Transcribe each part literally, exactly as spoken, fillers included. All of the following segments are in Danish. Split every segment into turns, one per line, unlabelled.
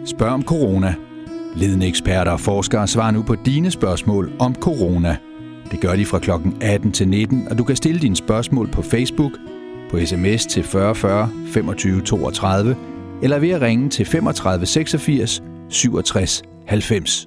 Spørg om corona. Ledende eksperter og forskere svarer nu på dine spørgsmål om corona. Det gør de fra klokken atten til nitten, og du kan stille dine spørgsmål på Facebook, på sms til fyrre fyrre femogtyve toogtredive, eller ved at ringe til femogtredive seksogfirs syvogtres halvfems.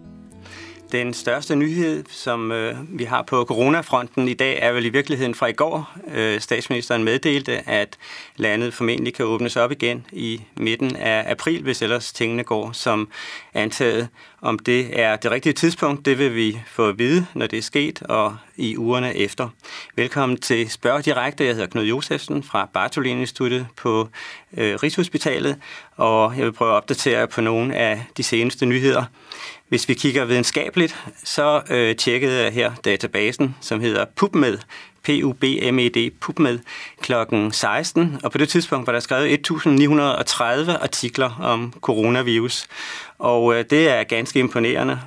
Den største nyhed, som øh, vi har på coronafronten i dag, er vel i virkeligheden fra i går. Øh, statsministeren meddelte, at landet formentlig kan åbnes op igen i midten af april, hvis ellers tingene går som antaget. Om det er det rigtige tidspunkt, det vil vi få at vide, når det er sket, og i ugerne efter. Velkommen til Spørg Direkte. Jeg hedder Knud Josefsen fra Bartholin-instituttet på øh, Rigshospitalet, og jeg vil prøve at opdatere på nogle af de seneste nyheder. Hvis vi kigger videnskabeligt, så øh, tjekkede jeg her databasen, som hedder PubMed, P U B M E D, PubMed, klokken seksten, og på det tidspunkt var der skrevet et tusind ni hundrede og tredive artikler om coronavirus, og øh, det er ganske imponerende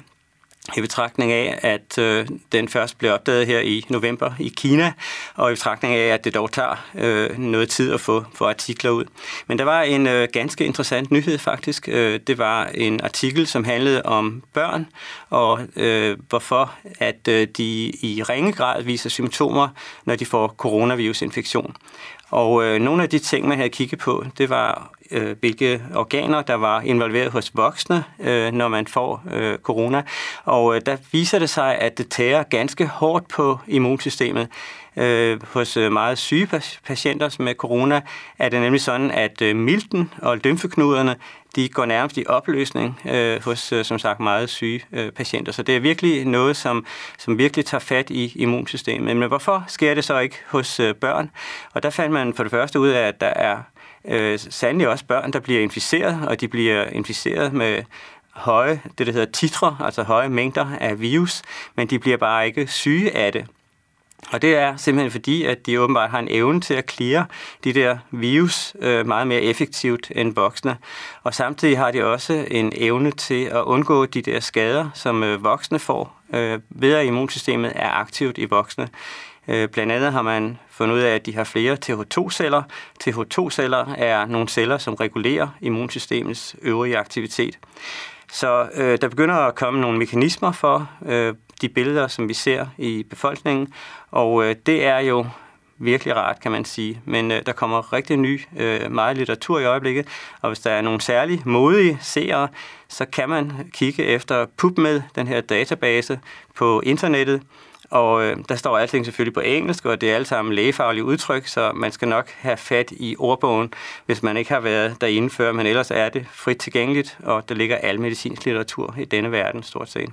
i betragtning af, at øh, den først blev opdaget her i november i Kina, og i betragtning af, at det dog tager øh, noget tid at få, få artikler ud. Men der var en øh, ganske interessant nyhed faktisk. Øh, det var en artikel, som handlede om børn, og øh, hvorfor at øh, de i ringe grad viser symptomer, når de får coronavirusinfektion. Og øh, nogle af de ting, man havde kigget på, det var, øh, hvilke organer, der var involveret hos voksne, øh, når man får øh, corona. Og øh, der viser det sig, at det tærer ganske hårdt på immunsystemet. Øh, hos øh, meget syge patienter med corona er det nemlig sådan, at øh, milten og lymfeknuderne, de går nærmest i opløsning øh, hos, øh, som sagt, meget syge øh, patienter. Så det er virkelig noget, som, som virkelig tager fat i immunsystemet. Men hvorfor sker det så ikke hos øh, børn? Og der fandt man for det første ud af, at der er øh, sandelig også børn, der bliver inficeret, og de bliver inficeret med høje, det der hedder titre, altså høje mængder af virus, men de bliver bare ikke syge af det. Og det er simpelthen fordi, at de åbenbart har en evne til at cleare de der virus øh, meget mere effektivt end voksne. Og samtidig har de også en evne til at undgå de der skader, som øh, voksne får, øh, ved at immunsystemet er aktivt i voksne. Øh, blandt andet har man fundet ud af, at de har flere T H to celler. T H to celler er nogle celler, som regulerer immunsystemets øvrige aktivitet. Så øh, der begynder at komme nogle mekanismer for øh, de billeder, som vi ser i befolkningen, og øh, det er jo virkelig rart, kan man sige. Men øh, der kommer rigtig ny, øh, meget litteratur i øjeblikket, og hvis der er nogle særlig modige seere, så kan man kigge efter PubMed, den her database, på internettet. Og øh, der står alting selvfølgelig på engelsk, og det er alle sammen lægefaglige udtryk, så man skal nok have fat i ordbogen, hvis man ikke har været derinde før, men ellers er det frit tilgængeligt, og der ligger al medicinsk litteratur i denne verden stort set.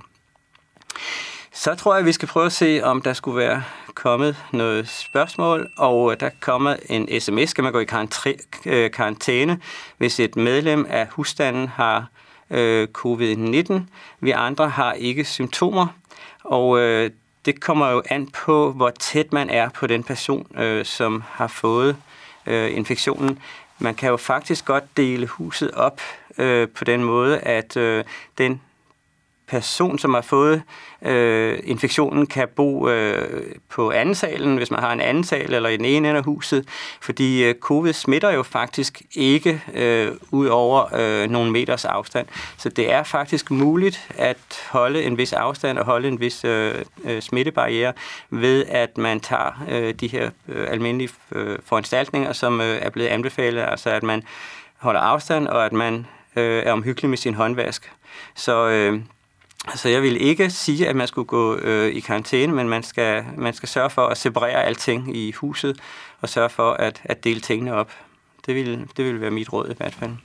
Så tror jeg, at vi skal prøve at se, om der skulle være kommet noget spørgsmål, og der kommer en sms, skal man gå i karantæne, hvis et medlem af husstanden har øh, covid nitten. Vi andre har ikke symptomer, og øh, det kommer jo an på, hvor tæt man er på den person, øh, som har fået øh, infektionen. Man kan jo faktisk godt dele huset op øh, på den måde, at øh, den person, som har fået øh, infektionen, kan bo øh, på anden salen, hvis man har en anden sal eller i den ene ende af huset, fordi øh, covid smitter jo faktisk ikke øh, ud over øh, nogle meters afstand. Så det er faktisk muligt at holde en vis afstand og holde en vis øh, øh, smittebarriere ved, at man tager øh, de her øh, almindelige øh, foranstaltninger, som øh, er blevet anbefalet, altså at man holder afstand og at man øh, er omhyggelig med sin håndvask. Så øh, Så jeg vil ikke sige, at man skulle gå øh, i karantæne, men man skal, man skal sørge for at separere alting i huset og sørge for at, at dele tingene op. Det vil, det vil være mit råd i hvert fald.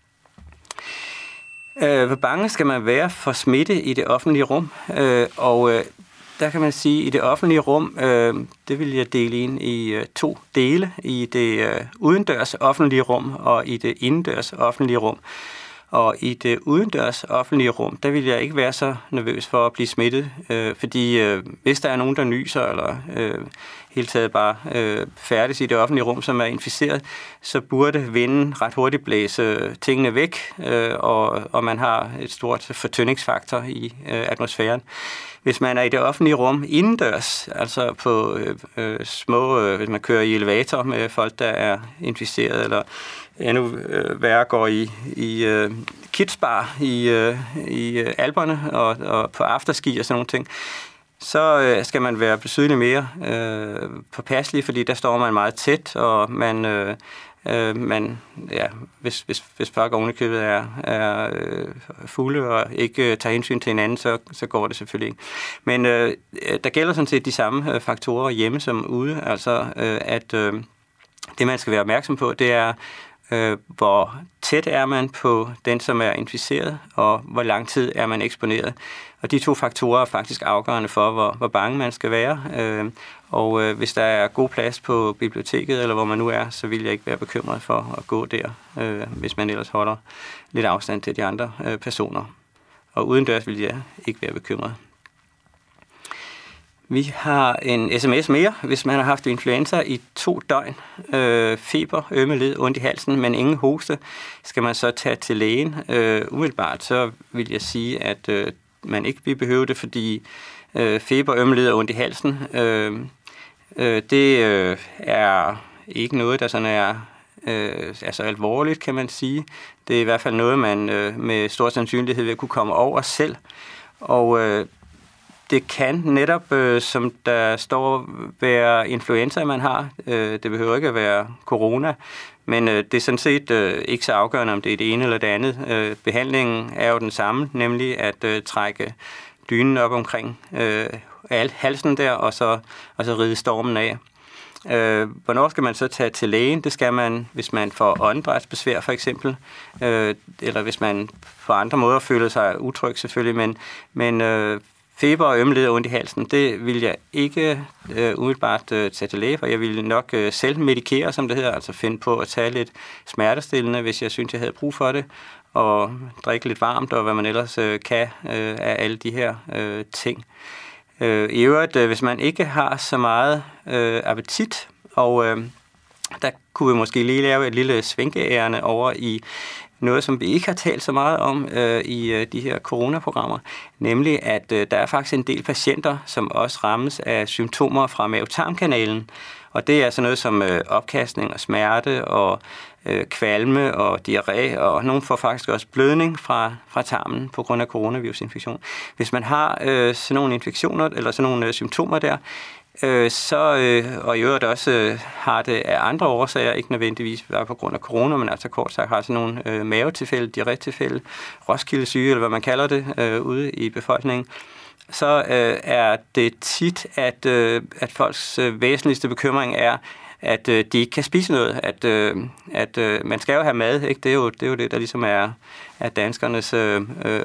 Øh, hvor bange skal man være for smitte i det offentlige rum? Øh, og øh, der kan man sige, at i det offentlige rum, øh, det vil jeg dele ind i øh, to dele. I det øh, udendørs offentlige rum og i det indendørs offentlige rum. Og i det udendørs offentlige rum, der vil jeg ikke være så nervøs for at blive smittet, øh, fordi øh, hvis der er nogen, der nyser eller øh, hele taget bare øh, færdes i det offentlige rum, som er inficeret, så burde vinden ret hurtigt blæse tingene væk, øh, og, og man har et stort fortyndingsfaktor i øh, atmosfæren. Hvis man er i det offentlige rum indendørs, altså på øh, øh, små, øh, hvis man kører i elevator med folk, der er inficeret, eller endnu øh, værre går i, i øh, kidsbar i, øh, i øh, Alperne og, og på afterski og sådan nogle ting, så øh, skal man være betydeligt mere øh, påpasselig, fordi der står man meget tæt, og man, øh, øh, man ja, hvis, hvis, hvis folk ovenikøbet er, er øh, fulde og ikke øh, tager hensyn til hinanden, så, så går det selvfølgelig ikke. Men øh, der gælder sådan set de samme øh, faktorer hjemme som ude, altså øh, at øh, det man skal være opmærksom på, det er, øh, hvor tæt er man på den, som er inficeret, og hvor lang tid er man eksponeret. Og de to faktorer er faktisk afgørende for, hvor, hvor bange man skal være. Øh, og øh, hvis der er god plads på biblioteket, eller hvor man nu er, så vil jeg ikke være bekymret for at gå der, øh, hvis man ellers holder lidt afstand til de andre øh, personer. Og udendørs vil jeg ikke være bekymret. Vi har en sms mere, hvis man har haft influenza i to døgn. Øh, feber, ømme led, ondt i halsen, men ingen hoste. Skal man så tage til lægen? Øh, umiddelbart så vil jeg sige, at øh, man ikke vil behøve det, fordi øh, feber, ømme led og ondt i halsen, øh, øh, det øh, er ikke noget, der sådan er, øh, er så alvorligt, kan man sige. Det er i hvert fald noget, man øh, med stor sandsynlighed vil kunne komme over selv. Og øh, det kan netop, øh, som der står, være influenza, man har. Øh, det behøver ikke at være corona, men øh, det er sådan set øh, ikke så afgørende, om det er det ene eller det andet. Øh, behandlingen er jo den samme, nemlig at øh, trække dynen op omkring øh, halsen der, og så, og så ride stormen af. Øh, hvornår skal man så tage til lægen? Det skal man, hvis man får åndedrætsbesvær for eksempel, øh, eller hvis man på andre måder føler sig utryg selvfølgelig, men, men øh, feber og ømmeled og ondt i halsen, det vil jeg ikke øh, umiddelbart øh, tage til læge, for jeg vil nok øh, selv medikere, som det hedder, altså finde på at tage lidt smertestillende, hvis jeg synes, jeg havde brug for det, og drikke lidt varmt, og hvad man ellers øh, kan øh, af alle de her øh, ting. Øh, I øvrigt, øh, hvis man ikke har så meget øh, appetit, og øh, der kunne vi måske lige lave et lille svinkeærende over i noget, som vi ikke har talt så meget om øh, i øh, de her coronaprogrammer, nemlig at øh, der er faktisk en del patienter, som også rammes af symptomer fra mave-tarmkanalen. Og det er sådan noget som øh, opkastning og smerte og øh, kvalme og diarré, og nogen får faktisk også blødning fra, fra tarmen på grund af coronavirusinfektion. Hvis man har øh, sådan nogle infektioner eller sådan nogle øh, symptomer der, Øh, så, øh, og i øvrigt også øh, har det af andre årsager, ikke nødvendigvis bare på grund af corona, men altså kort sagt har sådan nogle øh, mavetilfælde, diarrétilfælde, Roskildesyge, eller hvad man kalder det, øh, ude i befolkningen, så øh, er det tit, at, øh, at folks øh, væsentligste bekymring er, at øh, de ikke kan spise noget, at, øh, at øh, man skal jo have mad, ikke? Det er jo det, er jo det der ligesom er, er danskernes øh,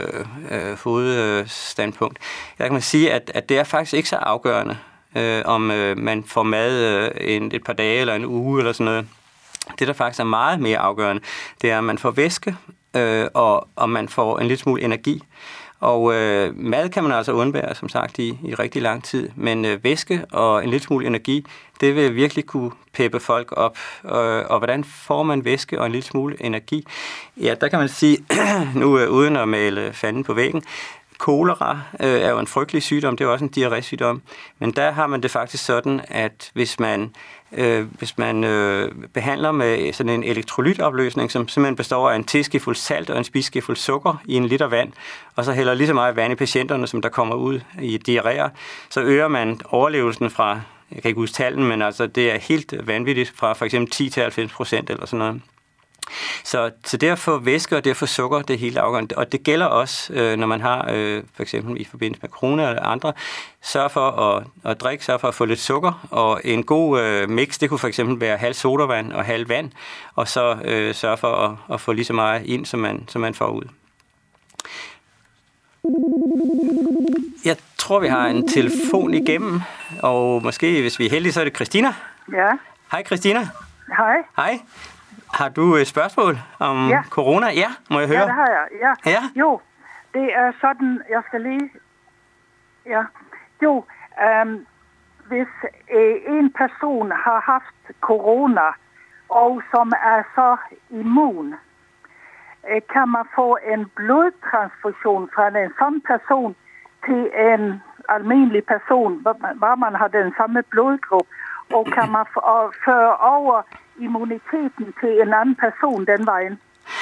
øh, hovedstandpunkt. Jeg kan man sige, at, at det er faktisk ikke så afgørende, Øh, om øh, man får mad øh, en, et par dage eller en uge eller sådan noget. Det, der faktisk er meget mere afgørende, det er, at man får væske, øh, og, og man får en lille smule energi. Og øh, mad kan man altså undvære, som sagt, i, i rigtig lang tid. Men øh, væske og en lille smule energi, det vil virkelig kunne peppe folk op. Og, og hvordan får man væske og en lille smule energi? Ja, der kan man sige, nu øh, uden at male fanden på væggen, kolera øh, er jo en frygtelig sygdom, det er jo også en diarrésygdom, men der har man det faktisk sådan, at hvis man, øh, hvis man øh, behandler med sådan en elektrolytopløsning, som simpelthen består af en teskefuld salt og en spiseskefuld sukker i en liter vand, og så hælder lige så meget vand i patienterne, som der kommer ud i diarréer, så øger man overlevelsen fra, jeg kan ikke huske tallene, men altså det er helt vanvittigt, fra for eksempel ti til halvfems procent eller sådan noget. Så, så derfor væske og derfor sukker, det er helt afgørende. Og det gælder også, øh, når man har, øh, for eksempel i forbindelse med corona eller andre, sørg for at, at drikke, sørg for at få lidt sukker. Og en god øh, mix, det kunne for eksempel være halv sodavand og halv vand, og så øh, sørge for at, at få lige så meget ind, som man, som man får ud. Jeg tror, vi har en telefon igennem, og måske, hvis vi er heldige, så er det Christina.
Ja.
Hej Christina.
Hej.
Hej. Har du et spørgsmål om ja. corona? Ja, må jeg høre?
Ja, det har jeg. Ja.
ja.
Jo, det er sådan, jeg skal lige... Ja. Jo, øhm, hvis øh, en person har haft corona, og som er så immun, øh, kan man få en blodtransfusion fra en sådan person til en almindelig person, hvor man har den samme blodgruppe, og kan man føre over immuniteten til en anden person den vejen?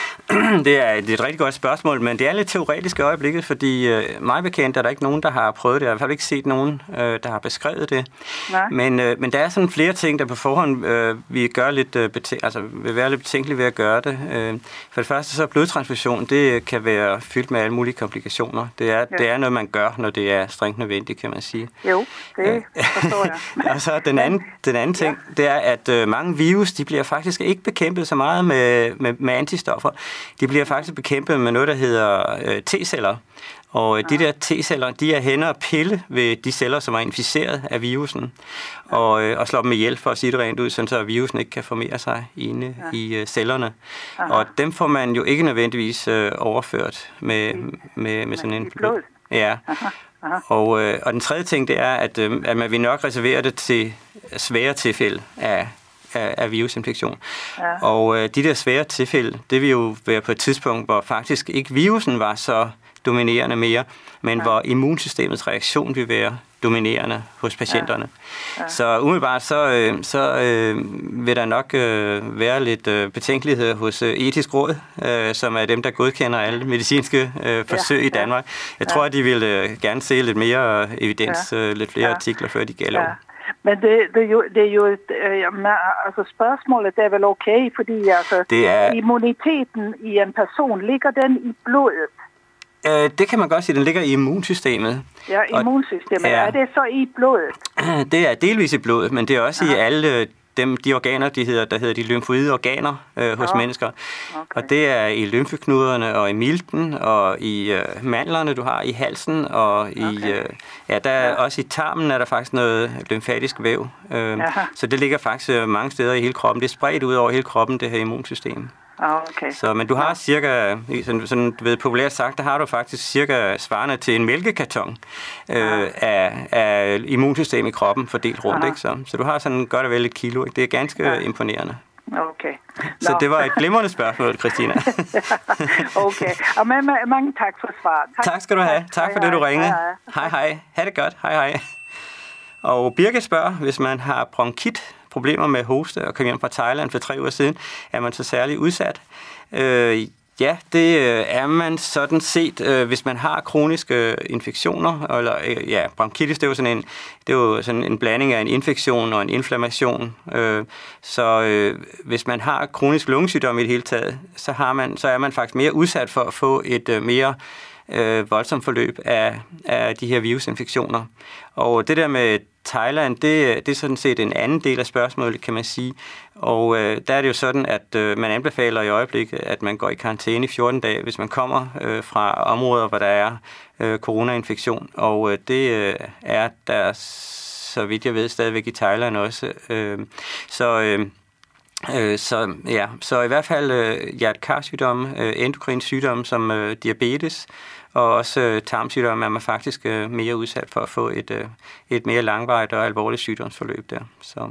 Det er et, et rigtig godt spørgsmål, men det er lidt teoretisk i øjeblikket, fordi øh, mig bekendt er der ikke nogen, der har prøvet det. Jeg har i hvert fald ikke set nogen, øh, der har beskrevet det. Men, øh, men der er sådan flere ting, der på forhånd øh, vi gør lidt, øh, betæ- altså, vil være lidt betænkelige ved at gøre det. Øh, for det første så blodtransfusion, det kan være fyldt med alle mulige komplikationer. Det er, ja. det er noget, man gør, når det er strengt nødvendigt, kan man sige.
Jo, det forstår jeg.
Og så den anden, den anden ting, ja. det er, at øh, mange virus, de bliver faktisk ikke bekæmpet så meget med, med, med antistoffer. De bliver faktisk bekæmpet med noget, der hedder øh, T-celler. Og øh, de der T-celler, de er henne og pille ved de celler, som er inficeret af virusen, og, øh, og slår dem ihjel, for at sige det rent ud, sådan så virusen ikke kan formere sig inde ja. i øh, cellerne. Aha. Og dem får man jo ikke nødvendigvis øh, overført med, med, med sådan en blod. Ja. Aha. Aha. Og, øh, og den tredje ting, det er, at, øh, at man vil nok reservere det til svære tilfælde af af, af virusinfektion. Ja. Og øh, de der svære tilfælde, det vil jo være på et tidspunkt, hvor faktisk ikke virusen var så dominerende mere, men ja. hvor immunsystemets reaktion vil være dominerende hos patienterne. Ja. Ja. Så umiddelbart så, øh, så øh, vil der nok øh, være lidt øh, betænkeligheder hos øh, Etisk Råd, øh, som er dem, der godkender alle medicinske øh, forsøg ja. i Danmark. Jeg ja. tror, at de vil øh, gerne se lidt mere evidens, ja. øh, lidt flere ja. artikler, før de giver lov. Ja.
Men det, det, er jo, det er jo et, øh, altså spørgsmålet det er vel okay, fordi altså,
det er...
immuniteten i en person, ligger den i blodet?
Øh, det kan man godt sige, den ligger i immunsystemet.
Ja, immunsystemet. Og, ja. Er det så i blodet?
Det er delvis i blodet, men det er også Aha. i alle dem, de organer, de hedder, der hedder de lymfoide organer øh, hos ja. mennesker. Okay. Og det er i lymfeknuderne og i milten og i øh, mandlerne, du har i halsen og i okay. øh, ja, der er ja. også i tarmen er der faktisk noget lymfatisk væv. Øh, så det ligger faktisk mange steder i hele kroppen. Det er spredt ud over hele kroppen, det her immunsystem.
Okay.
Så, men du har cirka, sådan, sådan du ved, populært sagt, der har du faktisk cirka svarende til en mælkekarton øh, af, af immunsystem i kroppen fordelt rundt, ikke? Så, så du har sådan godt og vel et kilo, ikke? Det er ganske ja. imponerende.
Okay.
Så no. det var et glimrende spørgsmål, Christina.
Okay, og mange tak for svaret.
Tak. tak skal du have. Tak hej, for det, du ringede. Hej, hej. hej. Ha' det godt. Hej, hej. Og Birgit spørger, hvis man har bronkit, problemer med hoste og kom hjem fra Thailand for tre uger siden, er man så særlig udsat? Øh, ja, det er man sådan set, øh, hvis man har kroniske infektioner, eller øh, ja, bronkitis, det er jo sådan en, det er jo sådan en blanding af en infektion og en inflammation. Øh, så øh, hvis man har kronisk lungesygdom i det hele taget, så, har man, så er man faktisk mere udsat for at få et øh, mere øh, voldsomt forløb af, af de her virusinfektioner. Og det der med Thailand, det, det er sådan set en anden del af spørgsmålet, kan man sige. Og øh, der er det jo sådan, at øh, man anbefaler i øjeblikket, at man går i karantæne i fjorten dage, hvis man kommer øh, fra områder, hvor der er øh, coronainfektion. Og øh, det øh, er der, så vidt jeg ved, stadigvæk i Thailand også. Øh, så... Øh, Øh, så, ja, så i hvert fald øh, hjerte-karsygdomme, øh, endokrin sygdomme som øh, diabetes og også øh, tarmsygdomme er man faktisk øh, mere udsat for at få et, øh, et mere langvarigt og alvorligt sygdomsforløb der. Så.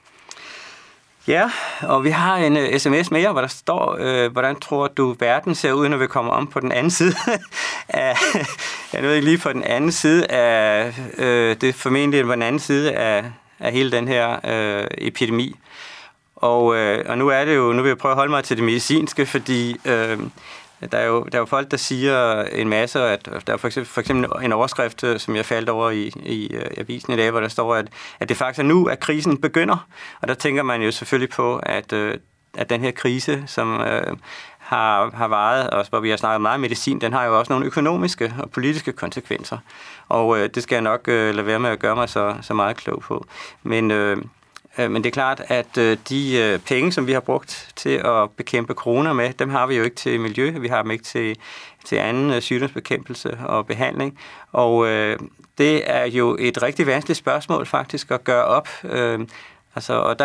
Ja, og vi har en uh, sms mere, hvor der står, øh, hvordan tror du verden ser ud, når vi kommer om på den anden side af, jeg ved ikke lige på den anden side af, øh, det er formentlig på den anden side af, af hele den her øh, epidemi. Og, øh, og nu er det jo, nu vil jeg prøve at holde mig til det medicinske, fordi øh, der, er jo, der er jo folk, der siger en masse, at der er for eksempel, for eksempel en overskrift, som jeg faldt over i, i uh, avisen i dag, hvor der står, at, at det faktisk er nu, at krisen begynder. Og der tænker man jo selvfølgelig på, at, øh, at den her krise, som øh, har, har varet, og hvor vi har snakket meget medicin, den har jo også nogle økonomiske og politiske konsekvenser. Og øh, det skal jeg nok øh, lade være med at gøre mig så, så meget klog på. Men... Øh, Men det er klart, at de penge, som vi har brugt til at bekæmpe corona med, dem har vi jo ikke til miljø. Vi har dem ikke til, til anden sygdomsbekæmpelse og behandling. Og øh, det er jo et rigtig vanskeligt spørgsmål faktisk at gøre op. Øh, altså, og der,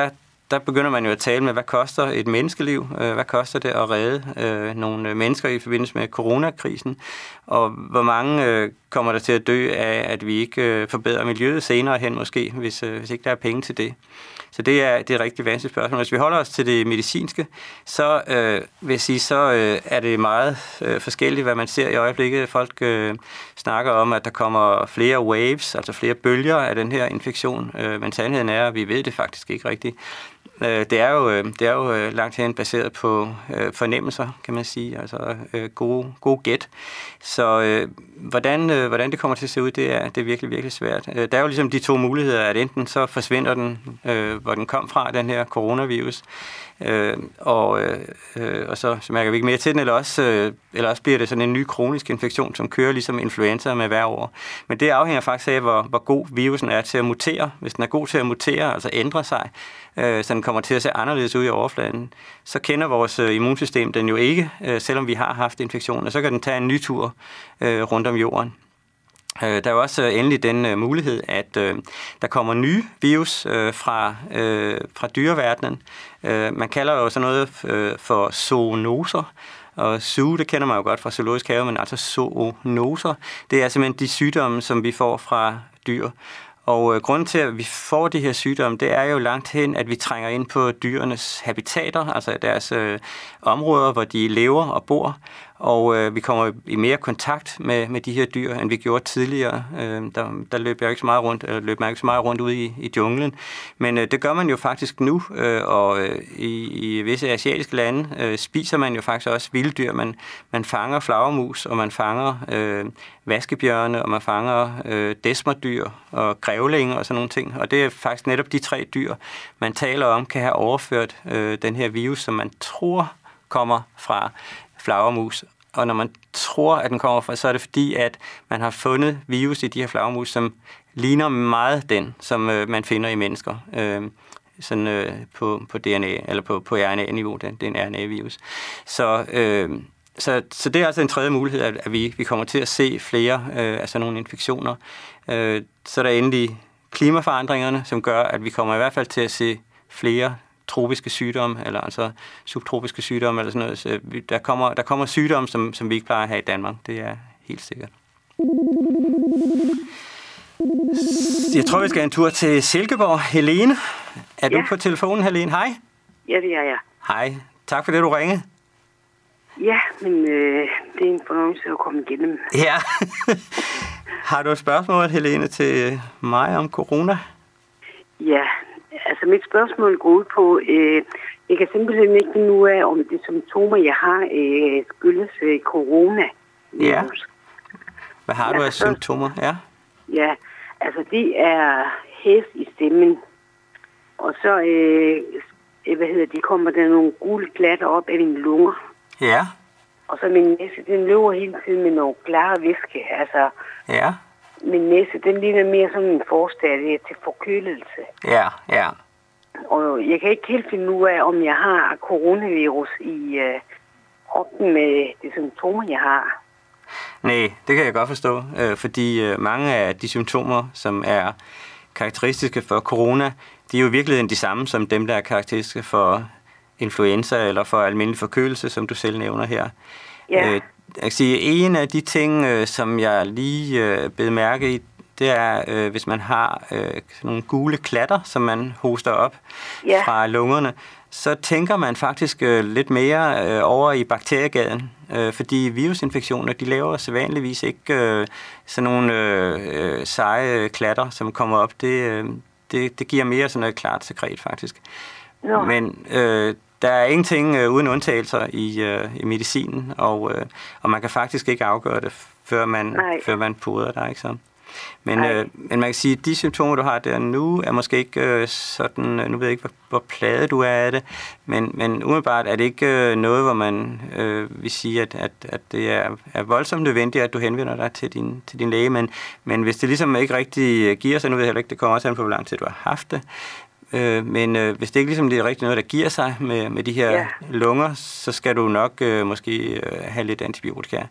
der begynder man jo at tale med, hvad koster et menneskeliv? Hvad koster det at redde øh, nogle mennesker i forbindelse med coronakrisen? Og hvor mange øh, kommer der til at dø af, at vi ikke øh, forbedrer miljøet senere hen måske, hvis, øh, hvis ikke der er penge til det? Så det er, det er et rigtig vanskeligt spørgsmål. Hvis vi holder os til det medicinske, så øh, vil jeg sige, så øh, er det meget øh, forskelligt, hvad man ser i øjeblikket. Folk øh, snakker om, at der kommer flere waves, altså flere bølger af den her infektion. Øh, men sandheden er, at vi ved det faktisk ikke rigtigt. Det er jo, det er jo langt hen baseret på øh, fornemmelser, kan man sige, altså øh, gode, gode gæt. Så øh, hvordan, øh, hvordan det kommer til at se ud, det er, det er virkelig, virkelig svært. Der er jo ligesom de to muligheder, at enten så forsvinder den, øh, hvor den kom fra, den her coronavirus, øh, og, øh, og så, så mærker vi ikke mere til den, eller også, øh, eller også bliver det sådan en ny kronisk infektion, som kører ligesom influenza med hver år. Men det afhænger faktisk af, hvor, hvor god virusen er til at mutere. Hvis den er god til at mutere, altså ændre sig, øh, så den kommer til at se anderledes ud i overfladen, så kender vores øh, immunsystem den jo ikke, øh, selvom vi har haft infektionen, og så kan den tage en ny tur øh, rundt om jorden. Der er jo også endelig den mulighed, at øh, der kommer nye virus øh, fra, øh, fra dyreverdenen. Øh, man kalder jo sådan noget øh, for zoonoser. Og zoo, det kender man jo godt fra zoologisk have, men altså zoonoser, det er simpelthen de sygdomme, som vi får fra dyr. Og øh, grunden til, at vi får de her sygdomme, det er jo langt hen, at vi trænger ind på dyrenes habitater, altså deres øh, områder, hvor de lever og bor. Og øh, vi kommer i mere kontakt med, med de her dyr, end vi gjorde tidligere. Øh, der, der løb jeg ikke så meget rundt, eller løb man ikke så meget rundt ude i, i junglen. Men øh, det gør man jo faktisk nu, øh, og øh, i, i visse asiatiske lande øh, spiser man jo faktisk også vilddyr. Man, man fanger flagermus, og man fanger øh, vaskebjørne, og man fanger øh, desmerdyr og grævlinge og sådan nogle ting. Og det er faktisk netop de tre dyr, man taler om, kan have overført øh, den her virus, som man tror kommer fra flagermus. Og når man tror, at den kommer fra, så er det fordi, at man har fundet virus i de her flagermus, som ligner meget den, som øh, man finder i mennesker. Øh, sådan øh, på, på D N A, eller på, på R N A-niveau, det, det er en R N A-virus. Så, øh, så, så det er altså en tredje mulighed, at, at vi, vi kommer til at se flere øh, af sådan nogle infektioner. Øh, så er der endelig klimaforandringerne, som gør, at vi kommer i hvert fald til at se flere tropiske sygdomme, eller altså subtropiske sygdomme, eller sådan noget. Så der kommer, der kommer sygdomme, som, som vi ikke plejer at have i Danmark. Det er helt sikkert. Jeg tror, vi skal en tur til Silkeborg. Helene, er ja. du på telefonen, Helene? Hej.
Ja, det er jeg.
Hej. Tak for det, du ringede.
Ja, men øh, det er en fornøjelse at komme igennem.
Ja. Har du et spørgsmål, Helene, til mig om corona?
Ja, altså mit spørgsmål går ud på, øh, jeg kan simpelthen ikke finde ud af, om de symptomer, jeg har, øh, skyldes øh, corona.
Ja. Hvad har du af symptomer? Ja.
Ja, altså det er hæs i stemmen, og så øh, hvad hedder de kommer der nogle gule klatter op af mine lunger.
Ja.
Og så min næse, den løber hele tiden med nogle klare væske. Altså,
ja.
Min næse, den ligner mere som en forstadie til forkølelse.
Ja, ja.
Og jeg kan ikke helt finde ud af, om jeg har coronavirus i øh, kroppen med de symptomer, jeg har.
Nej, det kan jeg godt forstå, øh, fordi øh, mange af de symptomer, som er karakteristiske for corona, de er jo i virkeligheden de samme som dem, der er karakteristiske for influenza eller for almindelig forkølelse, som du selv nævner her.
Ja.
Øh, jeg kan sige, en af de ting, øh, som jeg lige øh, bed mærke i, det er, øh, hvis man har øh, sådan nogle gule klatter, som man hoster op
ja.
fra lungerne, så tænker man faktisk øh, lidt mere øh, over i bakteriegaden, øh, fordi virusinfektioner, de laver sædvanligvis ikke øh, sådan nogle øh, øh, seje klatter, som kommer op. Det, øh, det, det giver mere sådan noget klart sekret, faktisk.
Nå.
Men øh, der er ingenting øh, uden undtagelser i, øh, i medicinen, og, øh, og man kan faktisk ikke afgøre det, før man, før man poder der, ikke så? Men, øh, men man kan sige, at de symptomer, du har der nu, er måske ikke øh, sådan, nu ved jeg ikke, hvor, hvor plaget du er af det, men, men umiddelbart er det ikke øh, noget, hvor man øh, vil sige, at, at, at det er, er voldsomt nødvendigt, at du henvender dig til din, til din læge, men, men hvis det ligesom ikke rigtig giver sig, nu ved jeg heller ikke, det kommer også an på, hvor lang tid du har haft det, øh, men øh, hvis det ikke ligesom det er rigtig noget, der giver sig med, med de her ja. lunger, så skal du nok øh, måske øh, have lidt antibiotika.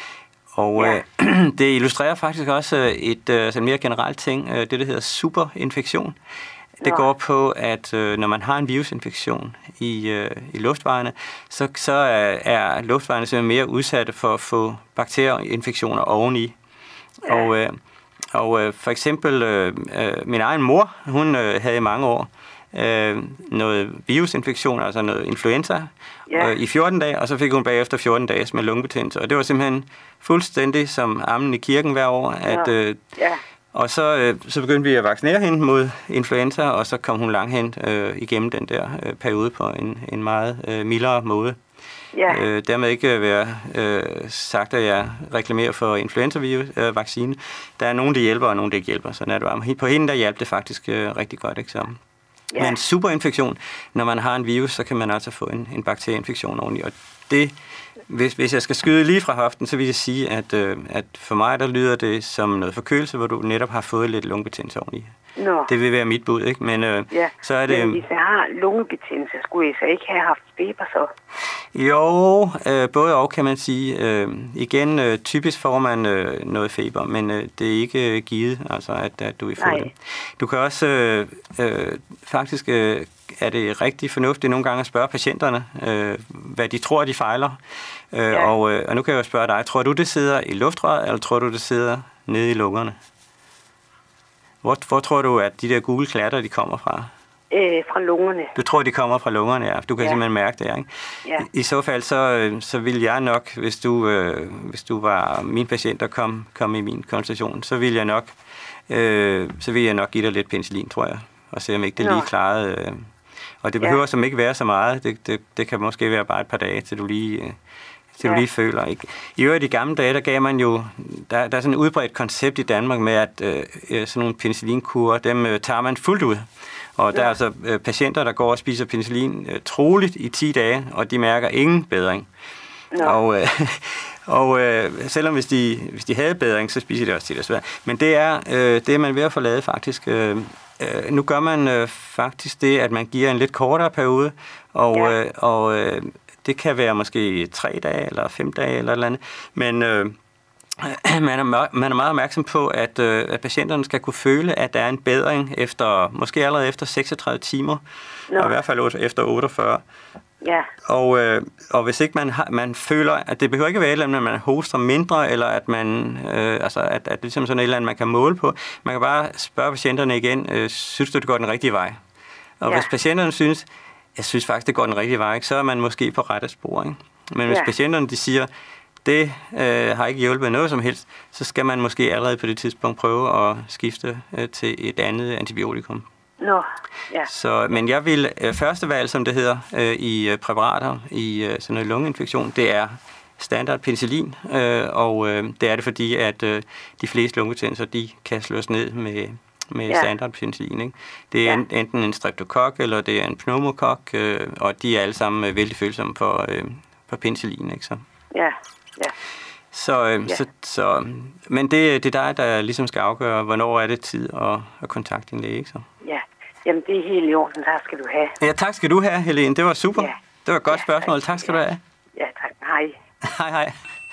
Og ja. øh, det illustrerer faktisk også et øh, sådan mere generelt ting, øh, det der hedder superinfektion. Det ja. går på, at øh, når man har en virusinfektion i, øh, i luftvejene, så, så er, er luftvejene simpelthen mere udsatte for at få bakterieinfektioner oveni. Ja. Og, øh, og øh, for eksempel øh, øh, min egen mor, hun øh, havde i mange år øh, noget virusinfektion, altså noget influenza, ja. øh, i fjorten dage, og så fik hun bagefter fjorten dage med lungebetændelse. Og det var simpelthen fuldstændig som ammen i kirken hver år, at... Øh, ja. Og så, øh, så begyndte vi at vaccinere hende mod influenza, og så kom hun langt hen øh, igennem den der øh, periode på en, en meget øh, mildere måde. Ja. Øh, dermed ikke være øh, sagt, at jeg reklamerer for influenza-vaccine. Øh, der er nogen, der hjælper, og nogen, der ikke hjælper. Så er det bare. På hende, der hjalp det faktisk øh, rigtig godt. Ikke? Så. Ja. Men superinfektion, når man har en virus, så kan man altså få en, en bakterieinfektion oveni. Og det, hvis, hvis jeg skal skyde lige fra hoften, så vil jeg sige, at, øh, at for mig, der lyder det som noget forkølelse, hvor du netop har fået lidt lungebetændelse oveni. Nå. Det vil være mit bud, ikke? Men øh,
ja.
så er det...
Men hvis jeg har lungebetændelse, skulle jeg så ikke have haft feber så?
Jo, øh, både og kan man sige. Øh, igen, øh, typisk får man øh, noget feber, men øh, det er ikke øh, givet, altså at, at du vil få det. Du kan også øh, øh, faktisk øh, er det rigtig fornuftigt nogle gange at spørge patienterne, øh, hvad de tror, de fejler. Øh, ja. og, øh, og nu kan jeg jo spørge dig, tror du, det sidder i luftrøret, eller tror du, det sidder nede i lungerne? Hvor, hvor tror du, at de der gule klatter, de kommer fra?
Øh, fra lungerne.
Du tror, de kommer fra lungerne, ja. Du kan ja. simpelthen mærke det, ikke? Ja. I, I så fald, så, så vil jeg nok, hvis du, øh, hvis du var min patient, der kom, kom i min konsultation, så vil jeg nok, øh, så vil jeg nok give dig lidt penicillin, tror jeg, og se om ikke det Nå. lige klarede. Øh. Og det behøver ja. som ikke være så meget. Det, det, det kan måske være bare et par dage, til du lige... Øh, til du lige føler. Ikke? I øvrigt, i gamle dage, der gav man jo, der, der er sådan et udbredt koncept i Danmark med, at øh, sådan nogle penicillinkurer, dem øh, tager man fuldt ud. Og ja. der er altså øh, patienter, der går og spiser penicillin øh, troligt i ti dage, og de mærker ingen bedring. Ja. Og, øh, og øh, selvom hvis de, hvis de havde bedring, så spiser de også til det svært. Men det er, øh, det er man ved at få lavet faktisk. Øh, øh, nu gør man øh, faktisk det, at man giver en lidt kortere periode, og, ja. øh, og øh, det kan være måske tre dage eller fem dage eller et eller andet, men øh, man, er, man er meget opmærksom på, at, øh, at patienterne skal kunne føle, at der er en bedring efter, måske allerede efter seksogtredive timer, no. og i hvert fald efter otteogfyrre. Ja. Og, øh, og hvis ikke man, har, man føler, at det behøver ikke være et eller andet, at man hoster mindre, eller at man, øh, altså at, at det er ligesom sådan et eller andet, man kan måle på. Man kan bare spørge patienterne igen, øh, synes du, det går den rigtige vej? Og ja. hvis patienterne synes, jeg synes faktisk, det går den rigtige vej, ikke? Så er man måske på rette spor. Ikke? Men hvis ja. patienterne de siger, det øh, har ikke hjulpet noget som helst, så skal man måske allerede på det tidspunkt prøve at skifte øh, til et andet antibiotikum.
Nå, ja.
Så, men jeg vil, øh, første valg, som det hedder, øh, i øh, præparater, i øh, sådan en lungeinfektion, det er standard penicillin, øh, og øh, det er det fordi, at øh, de fleste lungebetændelser, de kan slås ned med med ja. standard penicillin. Ikke? Det er ja. enten en streptokok, eller det er en pneumokok, øh, og de er alle sammen øh, vældig følsomme for, øh, for penicillin. Ikke? Så.
Ja, ja.
Så, øh, ja. Så, så, men det, det er dig, der ligesom skal afgøre, hvornår er det tid at, at kontakte din læge. Ikke? Så.
Ja, jamen det er helt i orden. Tak skal du have.
Ja, tak skal du have, Helene. Det var super. Ja. Det var et godt ja, spørgsmål. Tak skal
ja.
du have.
Ja, tak. Hej.
Hej, hej.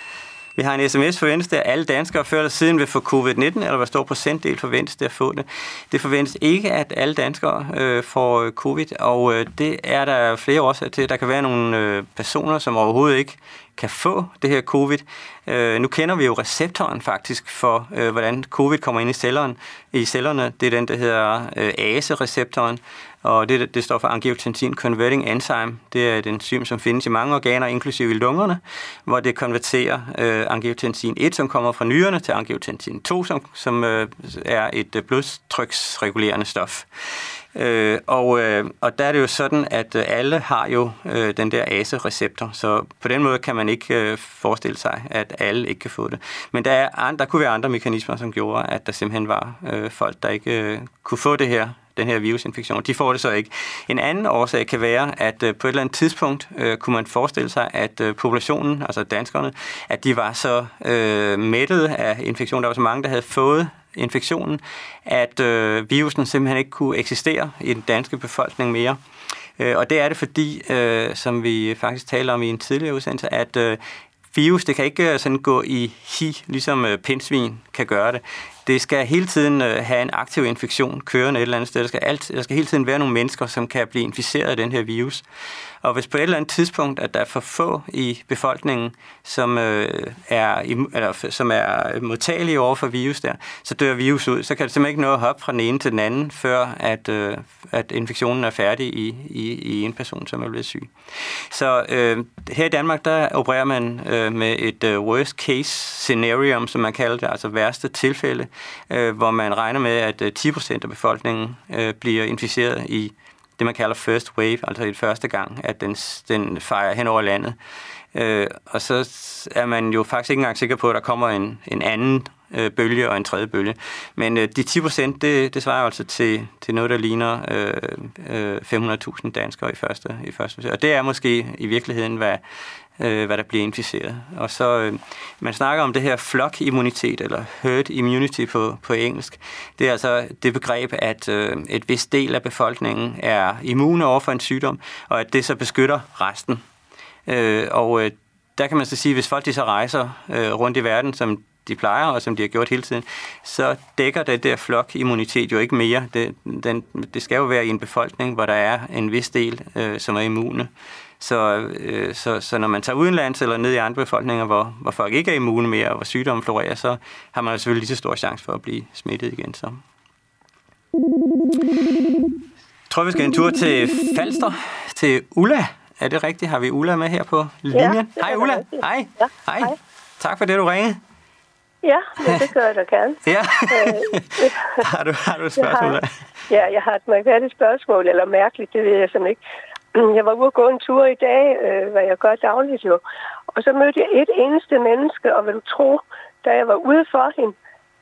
Vi har en sms forventes, der alle danskere før eller siden vil få covid nitten, eller hvad står procentdel forventes der at få det. Det forventes ikke, at alle danskere øh, får covid, og øh, det er der flere årsager til. Der kan være nogle øh, personer, som overhovedet ikke kan få det her covid. Øh, nu kender vi jo receptoren faktisk for, øh, hvordan covid kommer ind i cellerne. I cellerne. Det er den, der hedder øh, A C E-receptoren, og det, det står for angiotensin converting enzyme. Det er et enzym, som findes i mange organer, inklusive i lungerne, hvor det konverterer øh, angiotensin et, som kommer fra nyrerne, til angiotensin to, som, som øh, er et øh, blodtryksregulerende stof. Øh, og, øh, og der er det jo sådan, at øh, alle har jo øh, den der A C E-receptor, så på den måde kan man ikke øh, forestille sig, at alle ikke kan få det. Men der, er andre, der kunne være andre mekanismer, som gjorde, at der simpelthen var øh, folk, der ikke øh, kunne få det her, den her virusinfektion. De får det så ikke. En anden årsag kan være, at øh, på et eller andet tidspunkt øh, kunne man forestille sig, at øh, populationen, altså danskerne, at de var så øh, mættede af infektion. Der var så mange, der havde fået infektionen, at øh, virusen simpelthen ikke kunne eksistere i den danske befolkning mere. Øh, og det er det fordi, øh, som vi faktisk taler om i en tidligere udsendelse, at øh, virus, det kan ikke sådan gå i hi, ligesom øh, pindsvin kan gøre det. det skal hele tiden øh, have en aktiv infektion kørende et eller andet sted. Der skal, alt, der skal hele tiden være nogle mennesker, som kan blive inficeret af den her virus. Og hvis på et eller andet tidspunkt, at der er for få i befolkningen, som, øh, er, eller, som er modtagelige over for virus der, så dør virus ud. Så kan det simpelthen ikke nå at hoppe fra den ene til den anden, før at, øh, at infektionen er færdig i, i, i en person, som er blevet syg. Så øh, her i Danmark, der opererer man øh, med et øh, worst case scenario, som man kalder det, altså værste tilfælde, øh, hvor man regner med, at øh, ti procent af befolkningen øh, bliver inficeret i det, man kalder first wave, altså i første gang, at den, den fejrer hen over landet. Øh, og så er man jo faktisk ikke engang sikker på, at der kommer en, en anden øh, bølge og en tredje bølge. Men øh, de ti procent, det, det svarer altså til, til noget, der ligner øh, øh, fem hundrede tusind danskere i første, i første. Og det er måske i virkeligheden, hvad, øh, hvad der bliver inficeret. Og så, øh, man snakker om det her flokimmunitet, eller herd immunity på, på engelsk. Det er altså det begreb, at øh, et vist del af befolkningen er immune over for en sygdom, og at det så beskytter resten. Øh, og øh, der kan man så sige, hvis folk de så rejser øh, rundt i verden, som de plejer, og som de har gjort hele tiden, så dækker det der flokimmunitet jo ikke mere. Det, den, det skal jo være i en befolkning, hvor der er en vis del, øh, som er immune. Så, øh, så, så når man tager udenlands eller ned i andre befolkninger, hvor, hvor folk ikke er immune mere, og hvor sygdommen florerer, så har man selvfølgelig lige så stor chance for at blive smittet igen. Så. Jeg tror, vi skal en tur til Falster, til Ulla. Er det rigtigt? Har vi Ulla med her på linjen?
Ja,
hej Ulla. Hej.
Ja,
hej.
hej.
Tak for det, du ringede.
Ja, det gør jeg da gerne.
Ja. har, du, har du et spørgsmål?
Jeg har, ja, jeg har et mærkeligt spørgsmål, eller mærkeligt, det ved jeg simpelthen ikke. Jeg var ude at gå en tur i dag, øh, hvad jeg gør dagligt jo. Og så mødte jeg et eneste menneske, og vil du tro, da jeg var ude for hende,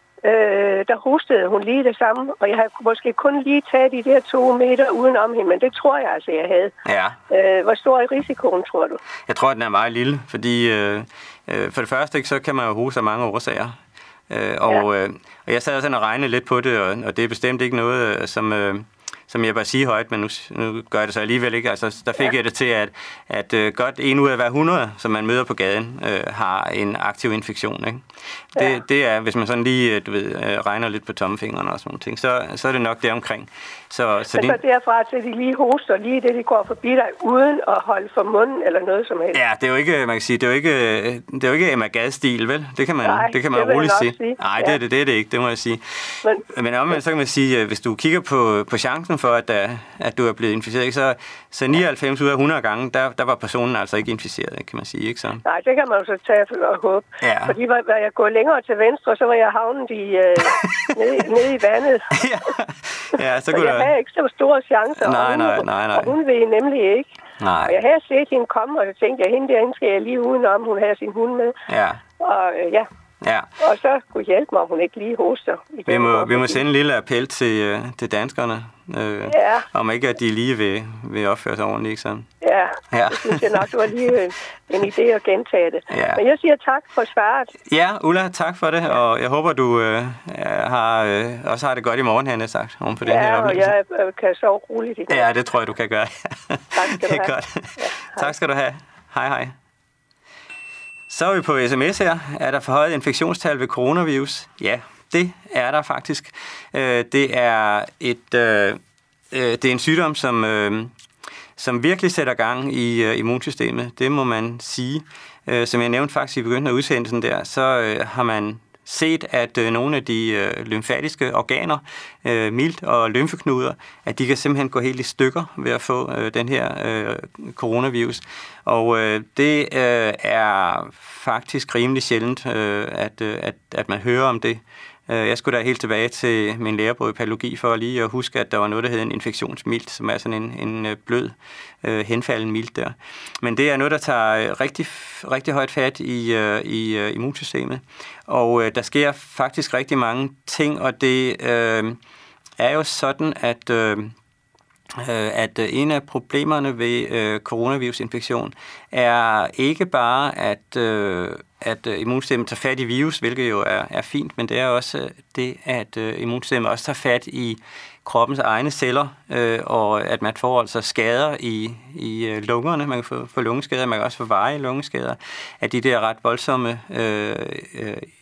øh, der hostede hun lige det samme. Og jeg havde måske kun lige taget de der to meter uden om hende, men det tror jeg altså, jeg havde.
Ja.
Øh, hvor stor er risikoen, tror du?
Jeg tror, at den er meget lille, fordi øh, øh, for det første, så kan man jo hoste af mange årsager. Øh, og, ja. øh, og jeg sad sådan og regnede lidt på det, og, og det er bestemt ikke noget, øh, som... Øh, som jeg bare siger højt, men nu, nu gør jeg det så alligevel ikke. Altså, der fik ja. jeg det til, at, at uh, godt en ud af hver hundrede, som man møder på gaden, uh, har en aktiv infektion. Ikke? Det, ja. det er, hvis man sådan lige du ved, uh, regner lidt på tommelfingrene og sådan nogle ting, så, så er det nok deromkring. Så, så,
men så det... derfra til de lige hoster, lige det, de går forbi dig, uden at holde for munden eller noget som helst.
Ja, det er jo ikke, man kan sige, det er jo ikke, det er jo ikke Emma Gad-stil, vel? Det kan man,
Nej,
det kan man
det
roligt sige.
sige.
Nej,
ja.
det er det, det er det ikke, det må jeg sige. Men, men omvendt, så kan man sige, hvis du kigger på, på chancen for, at, at du er blevet inficeret, ikke, så, så nioghalvfems ud af hundrede gange, der, der var personen altså ikke inficeret, kan man sige, ikke så?
Nej, det kan man jo så tage og håbe.
Ja.
Fordi var, var jeg gået længere til venstre, så var jeg havnet i, øh, nede, nede i vandet.
ja. ja, så,
så
kunne
jeg
du...
havde ikke så store chancer.
Nej,
og hun,
nej, nej, nej.
Og hun ville nemlig ikke.
Nej.
Og jeg havde set hende komme, og så tænkte jeg, hende derinde skal jeg lige udenom. Hun havde sin hund med.
Ja.
Og øh, ja.
Ja.
Og så skulle hjælpe mig, om hun ikke lige hoster.
Vi må, vi må sende en lille appel til, til danskerne, øh,
ja.
om ikke, at de lige vil, vil opføre sig ordentligt, ikke sådan?
Ja,
ja.
det synes jeg nok, det var lige en, en idé at gentage det.
Ja.
Men jeg siger tak for svaret.
Ja, Ulla, tak for det, og jeg håber, du øh, har, øh, også har det godt i morgen, han har sagt, oven på
ja,
den her oplevelse.
Ja, og jeg kan sove roligt i dag.
Ja, det tror jeg, du kan gøre.
Tak skal
det er
du have.
godt. Ja, tak skal du have. Hej, hej. Så er vi på sms her. Er der forhøjet infektionstal ved coronavirus? Ja, det er der faktisk. Det er, et, det er en sygdom, som, som virkelig sætter gang i immunsystemet. Det må man sige. Som jeg nævnte faktisk i begyndelsen af udsendelsen der, så har man set, at øh, nogle af de øh, lymfatiske organer, øh, milt og lymfeknuder, at de kan simpelthen gå helt i stykker ved at få øh, den her øh, coronavirus. Og øh, det øh, er faktisk rimelig sjældent, øh, at, øh, at, at man hører om det. Jeg skulle da helt tilbage til min lærebog i patologi for lige at huske, at der var noget, der hed en infektionsmilt, som er sådan en, en blød, øh, henfalden milt der. Men det er noget, der tager rigtig, rigtig højt fat i, øh, i øh, immunsystemet. Og øh, der sker faktisk rigtig mange ting, og det øh, er jo sådan, at... Øh, at en af problemerne ved øh, coronavirusinfektion er ikke bare, at, øh, at immunsystemet tager fat i virus, hvilket jo er, er fint, men det er også det, at øh, immunsystemet også tager fat i kroppens egne celler, øh, og at man får altså skader i, i øh, lungerne. Man kan få, få lungeskader, man kan også få varige lungeskader af de der ret voldsomme øh, øh,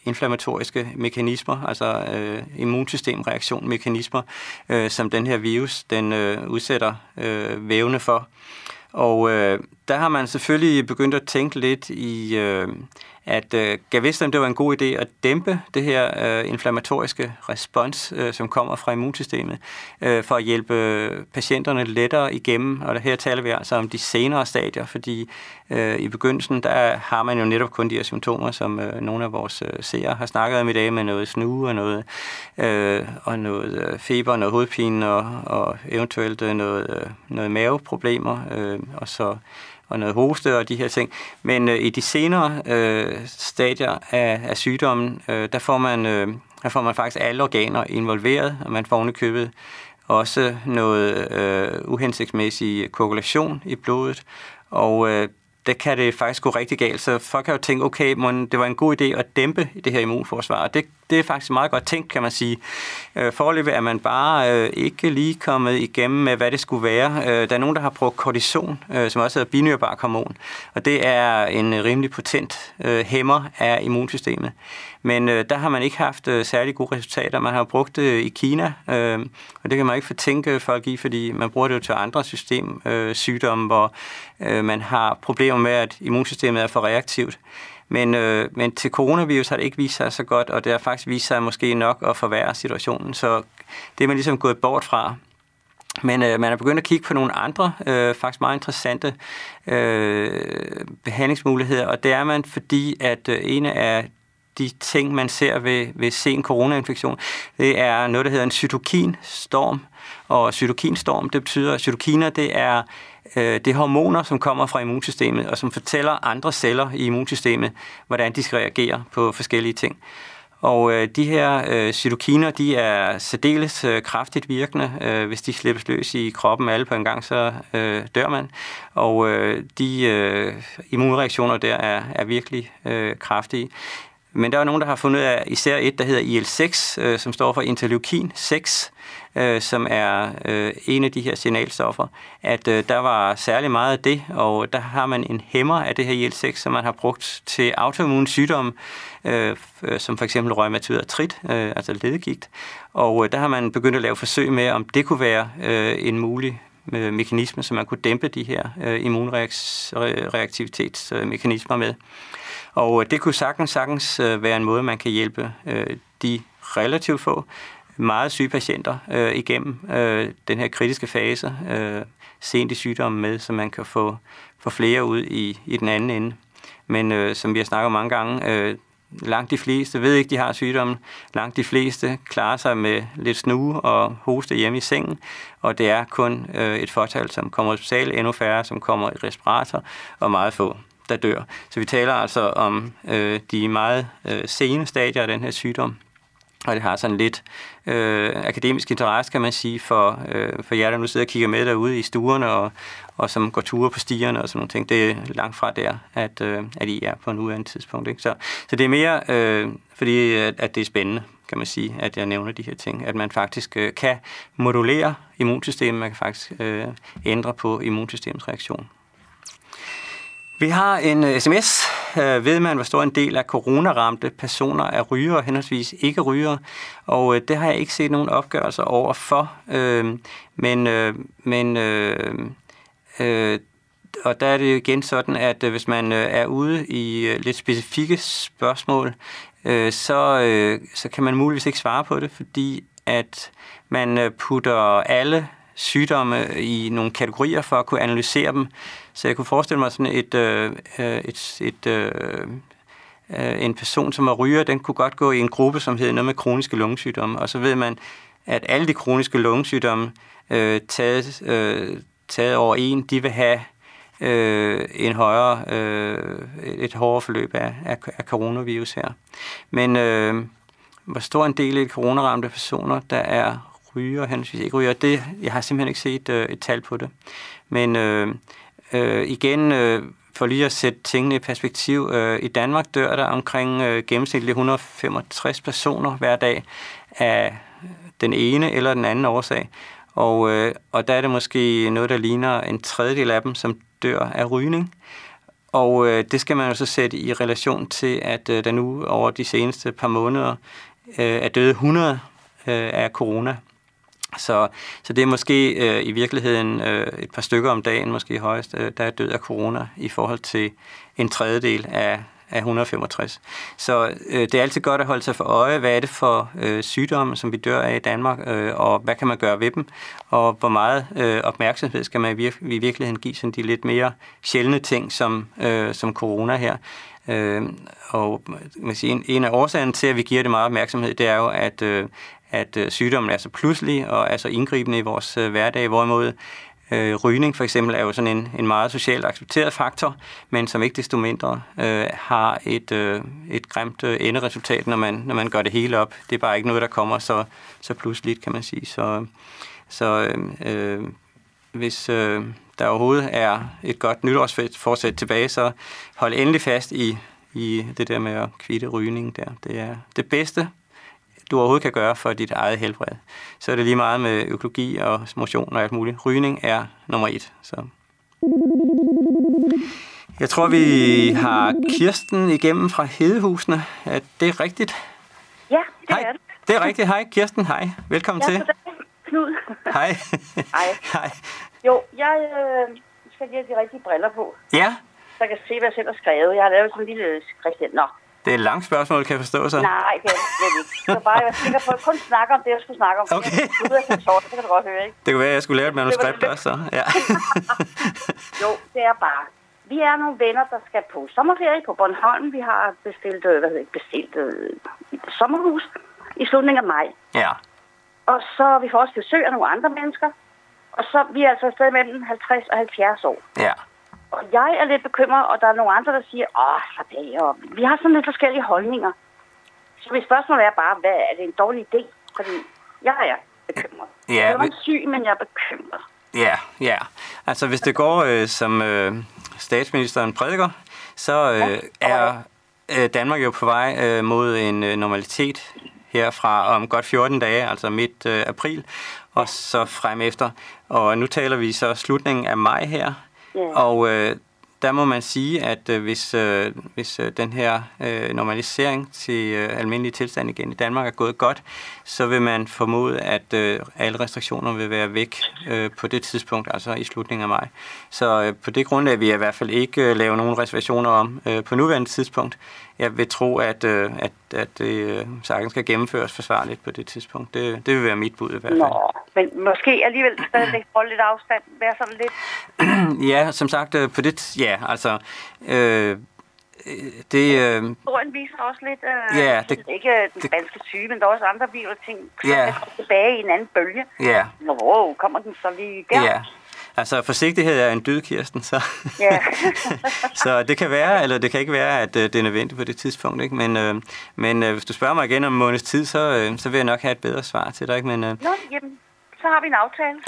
inflammatoriske mekanismer, altså øh, immunsystemreaktion-mekanismer, øh, som den her virus den øh, udsætter øh, vævene for. Og øh, der har man selvfølgelig begyndt at tænke lidt i, øh, at øh, gav vidst, om det var en god idé at dæmpe det her øh, inflammatoriske respons, øh, som kommer fra immunsystemet, øh, for at hjælpe patienterne lettere igennem. Og her taler vi altså om de senere stadier, fordi øh, i begyndelsen, der har man jo netop kun de her symptomer, som øh, nogle af vores øh, seere har snakket om i dag, med noget snue og noget, øh, og noget øh, feber, noget hovedpine og, og eventuelt øh, noget, øh, noget maveproblemer, øh, og så og noget hoste og de her ting. Men øh, i de senere øh, stadier af, af sygdommen, øh, der, får man, øh, der får man faktisk alle organer involveret, og man får ovenikøbet også noget øh, uhensigtsmæssig koagulation i blodet, og øh, der kan det faktisk gå rigtig galt. Så folk kan jo tænke, okay, men det var en god idé at dæmpe det her immunforsvar, og det, det er faktisk meget godt tænkt, kan man sige. Øh, foreløbig er man bare øh, ikke lige kommet igennem med, hvad det skulle være. Øh, der er nogen, der har brugt kortison, øh, som også hedder binyrbark hormon, og det er en rimelig potent øh, hæmmer af immunsystemet. Men øh, der har man ikke haft øh, særlig gode resultater. Man har brugt det i Kina, øh, og det kan man ikke fortænke folk i, fordi man bruger det jo til andre systemsygdomme, øh, hvor øh, man har problemer med, at immunsystemet er for reaktivt. Men, øh, men til coronavirus har det ikke vist sig så godt, og det har faktisk vist sig måske nok at forværre situationen. Så det er man ligesom gået bort fra. Men øh, man er begyndt at kigge på nogle andre, øh, faktisk meget interessante øh, behandlingsmuligheder, og det er man, fordi at øh, en af de ting, man ser ved, ved sen coronainfektion, det er noget, der hedder en cytokinstorm. Og cytokinstorm, det betyder, at cytokiner, det er, øh, det er hormoner, som kommer fra immunsystemet, og som fortæller andre celler i immunsystemet, hvordan de skal reagere på forskellige ting. Og øh, de her øh, cytokiner, de er særdeles øh, kraftigt virkende. Øh, hvis de slippes løs i kroppen alle på en gang, så øh, dør man. Og øh, de øh, immunreaktioner der er, er virkelig øh, kraftige. Men der er nogen, der har fundet af især et, der hedder I L seks, øh, som står for interleukin seks, øh, som er øh, en af de her signalstoffer, at øh, der var særlig meget af det, og der har man en hæmmer af det her I L seks, som man har brugt til autoimmune sygdomme, øh, som for eksempel reumatoid artrit, øh, altså ledegigt. Og øh, der har man begyndt at lave forsøg med, om det kunne være øh, en mulig øh, mekanisme, så man kunne dæmpe de her øh, immunreaktivitetsmekanismer med. Og det kunne sagtens, sagtens være en måde, man kan hjælpe øh, de relativt få meget syge patienter øh, igennem øh, den her kritiske fase, øh, sent i sygdommen med, så man kan få, få flere ud i, i den anden ende. Men øh, som vi har snakket om mange gange, øh, langt de fleste ved ikke, de har sygdommen. Langt de fleste klarer sig med lidt snue og hoste hjemme i sengen, og det er kun øh, et fåtal, som kommer i hospital, endnu færre, som kommer i respirator, og meget få, der dør. Så vi taler altså om øh, de meget øh, sene stadier af den her sygdom, og det har sådan lidt øh, akademisk interesse, kan man sige, for, øh, for jer, der nu sidder og kigger med derude i stuerne, og, og som går ture på stierne og sådan nogle ting. Det er langt fra der, at, øh, at I er på en uandet tidspunkt. Ikke? Så, så det er mere, øh, fordi at, at det er spændende, kan man sige, at jeg nævner de her ting. At man faktisk øh, kan modulere immunsystemet, man kan faktisk øh, ændre på immunsystemets reaktion. Vi har en sms. Ved man, hvor stor en del af coronaramte personer er rygere, henholdsvis ikke rygere, og det har jeg ikke set nogen opgørelser over for. Men, men og der er det igen sådan, at hvis man er ude i lidt specifikke spørgsmål, så, så kan man muligvis ikke svare på det, fordi at man putter alle sygdomme i nogle kategorier for at kunne analysere dem. Så jeg kunne forestille mig sådan et, øh, et, et, øh, en person, som er ryger, den kunne godt gå i en gruppe, som hedder noget med kroniske lungesygdomme. Og så ved man, at alle de kroniske lungesygdomme, øh, taget, øh, taget over en, de vil have øh, en højere, øh, et hårdere forløb af, af, af coronavirus her. Men øh, hvor stor en del af de coronaramte personer, der er ryger, henholdsvis ikke ryger, det, jeg har simpelthen ikke set øh, et tal på det. Men øh, øh, igen, øh, for lige at sætte tingene i perspektiv, øh, i Danmark dør der omkring øh, gennemsnitligt et hundrede og femogtres personer hver dag af den ene eller den anden årsag. Og, øh, og der er det måske noget, der ligner en tredjedel af dem, som dør af rygning. og øh, det skal man jo så sætte i relation til, at øh, der nu over de seneste par måneder øh, er døde hundrede øh, af corona. Så, så det er måske øh, i virkeligheden øh, et par stykker om dagen, måske højst, øh, der er død af corona i forhold til en tredjedel af, af et hundrede og femogtres. Så øh, det er altid godt at holde sig for øje, hvad er det for øh, sygdomme, som vi dør af i Danmark, øh, og hvad kan man gøre ved dem, og hvor meget øh, opmærksomhed skal man i, vir- i virkeligheden give sådan de lidt mere sjældne ting, som, øh, som corona her. Øh, og man siger, en, en af årsagerne til, at vi giver det meget opmærksomhed, det er jo, at øh, at øh, sygdommen er så pludselig og er så indgribende i vores øh, hverdag, hvorimod øh, rygning for eksempel er jo sådan en, en meget socialt accepteret faktor, men som ikke desto mindre øh, har et, øh, et grimt øh, enderesultat, når man, når man gør det hele op. Det er bare ikke noget, der kommer så, så pludseligt, kan man sige. Så, så øh, hvis øh, der overhovedet er et godt nytårsforsæt tilbage, så hold endelig fast i, i det der med at kvitte rygning der. Det er det bedste, du overhovedet kan gøre for dit eget helbred. Så er det lige meget med økologi og motion og alt muligt. Rygning er nummer et. Så. Jeg tror, vi har Kirsten igennem fra Hedehusene. Er det rigtigt?
Ja, det
hej.
er det.
Det er rigtigt. Hej Kirsten, hej. Velkommen
ja,
til.
Ja, Knud.
Hej.
Hej.
Hej.
Jo, jeg øh, skal lige have de rigtige briller på.
Ja.
Så jeg kan se, hvad jeg selv har skrevet. Jeg har lavet sådan en lille skrift. Nå.
Det er et langt spørgsmål, kan jeg forstå så?
Nej, det er det ikke. Så bare, jeg var sikker på, at kun snakke om det, jeg skulle snakke om.
Okay.
Det er så sjovt, det kan du godt høre, ikke?
Det kunne være, at jeg skulle lave et manuskript også, så. Ja.
Jo, det er bare. Vi er nogle venner, der skal på sommerferie på Bornholm. Vi har bestilt, hvad hedder det, bestilt øh, et sommerhus i slutningen af maj.
Ja.
Og så vi får også besøg af nogle andre mennesker. Og så vi er altså stadig mellem halvtreds og halvfjerds år.
Ja.
Og jeg er lidt bekymret, og der er nogle andre, der siger, åh, slap af, og vi har sådan lidt forskellige holdninger. Så mit spørgsmål er bare, hvad er det en dårlig idé? Fordi jeg er bekymret.
Ja,
jeg er ikke syg, men jeg er bekymret.
Ja, ja. Altså hvis det går, øh, som øh, statsministeren prædiker, så øh, ja, er øh, Danmark jo på vej øh, mod en øh, normalitet herfra om godt fjorten dage, altså midt øh, april, og så frem efter. Og nu taler vi så slutningen af maj her. Yeah. Og øh, der må man sige, at øh, hvis, øh, hvis øh, den her øh, normalisering til øh, almindelig tilstand igen i Danmark er gået godt, så vil man formode, at øh, alle restriktioner vil være væk øh, på det tidspunkt, altså i slutningen af maj. Så øh, på det grundlag vil jeg i hvert fald ikke øh, lave nogen reservationer om øh, på nuværende tidspunkt. Jeg vil tro, at, øh, at, at det øh, sagtens skal gennemføres forsvarligt på det tidspunkt. Det, det vil være mit bud i hvert fald.
Nå, men måske alligevel stadigvæk holde lidt afstand, være sådan lidt...
Ja, som sagt, på det... Ja, altså... Øh, det... Øh,
Historien viser også lidt... Øh,
ja, det,
ikke den spanske syge, men der er også andre biler ting.
Ja.
Tilbage i en anden bølge.
Ja.
Nå, wow, kommer den så lige der?
Ja. Altså, forsigtighed er en dyd, Kirsten, så,
ja.
så det kan være, eller det kan ikke være, at det er nødvendigt på det tidspunkt, ikke? Men, øh, men øh, hvis du spørger mig igen om en måneds tid, så, øh, så vil jeg nok have et bedre svar til dig, ikke? Men, øh,
Nå, jamen, så har vi en aftale.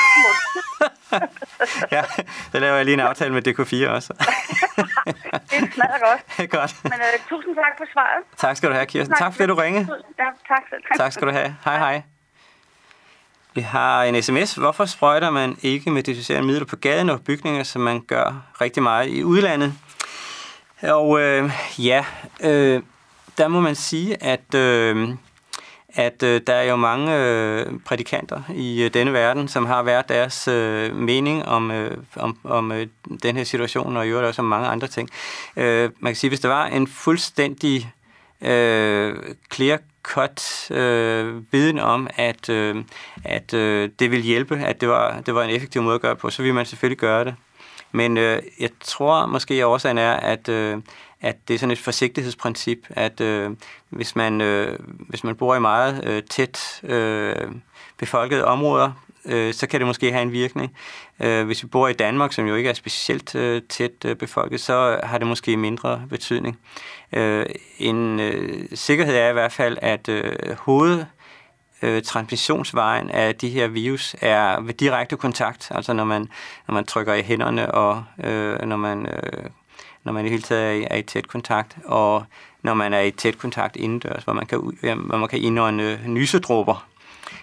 Ja, så laver jeg lige en aftale med D K fire også.
Det smager godt.
Godt.
Men øh, tusind tak for svaret.
Tak skal du have, Kirsten. Tak fordi du ringede.
Ja, tak selv.
Tak skal du have. Hej, hej. Vi har en sms. Hvorfor sprøjter man ikke med desinficerende midler på gaden og bygninger, som man gør rigtig meget i udlandet? Og øh, ja, øh, der må man sige, at, øh, at øh, der er jo mange øh, prædikanter i øh, denne verden, som har været deres øh, mening om, øh, om, om øh, den her situation, og i øvrigt også om mange andre ting. Øh, man kan sige, hvis der var en fuldstændig øh, clear cut øh, viden om, at, øh, at øh, det ville hjælpe, at det var, det var en effektiv måde at gøre på, så ville man selvfølgelig gøre det. Men øh, jeg tror måske, at årsagen er, at, øh, at det er sådan et forsigtighedsprincip, at øh, hvis, man, øh, hvis man bor i meget øh, tæt øh, befolkede områder, øh, så kan det måske have en virkning. Øh, hvis vi bor i Danmark, som jo ikke er specielt øh, tæt øh, befolket, så har det måske mindre betydning. Øh, en øh, sikkerhed er i hvert fald, at øh, hoved øh, transmissionsvejen af de her virus er ved direkte kontakt, altså når man, når man trykker i hænderne, og øh, når, man, øh, når man i hele taget er i, er i tæt kontakt, og når man er i tæt kontakt indendørs, hvor man kan, hvor man kan indånde nysedråber.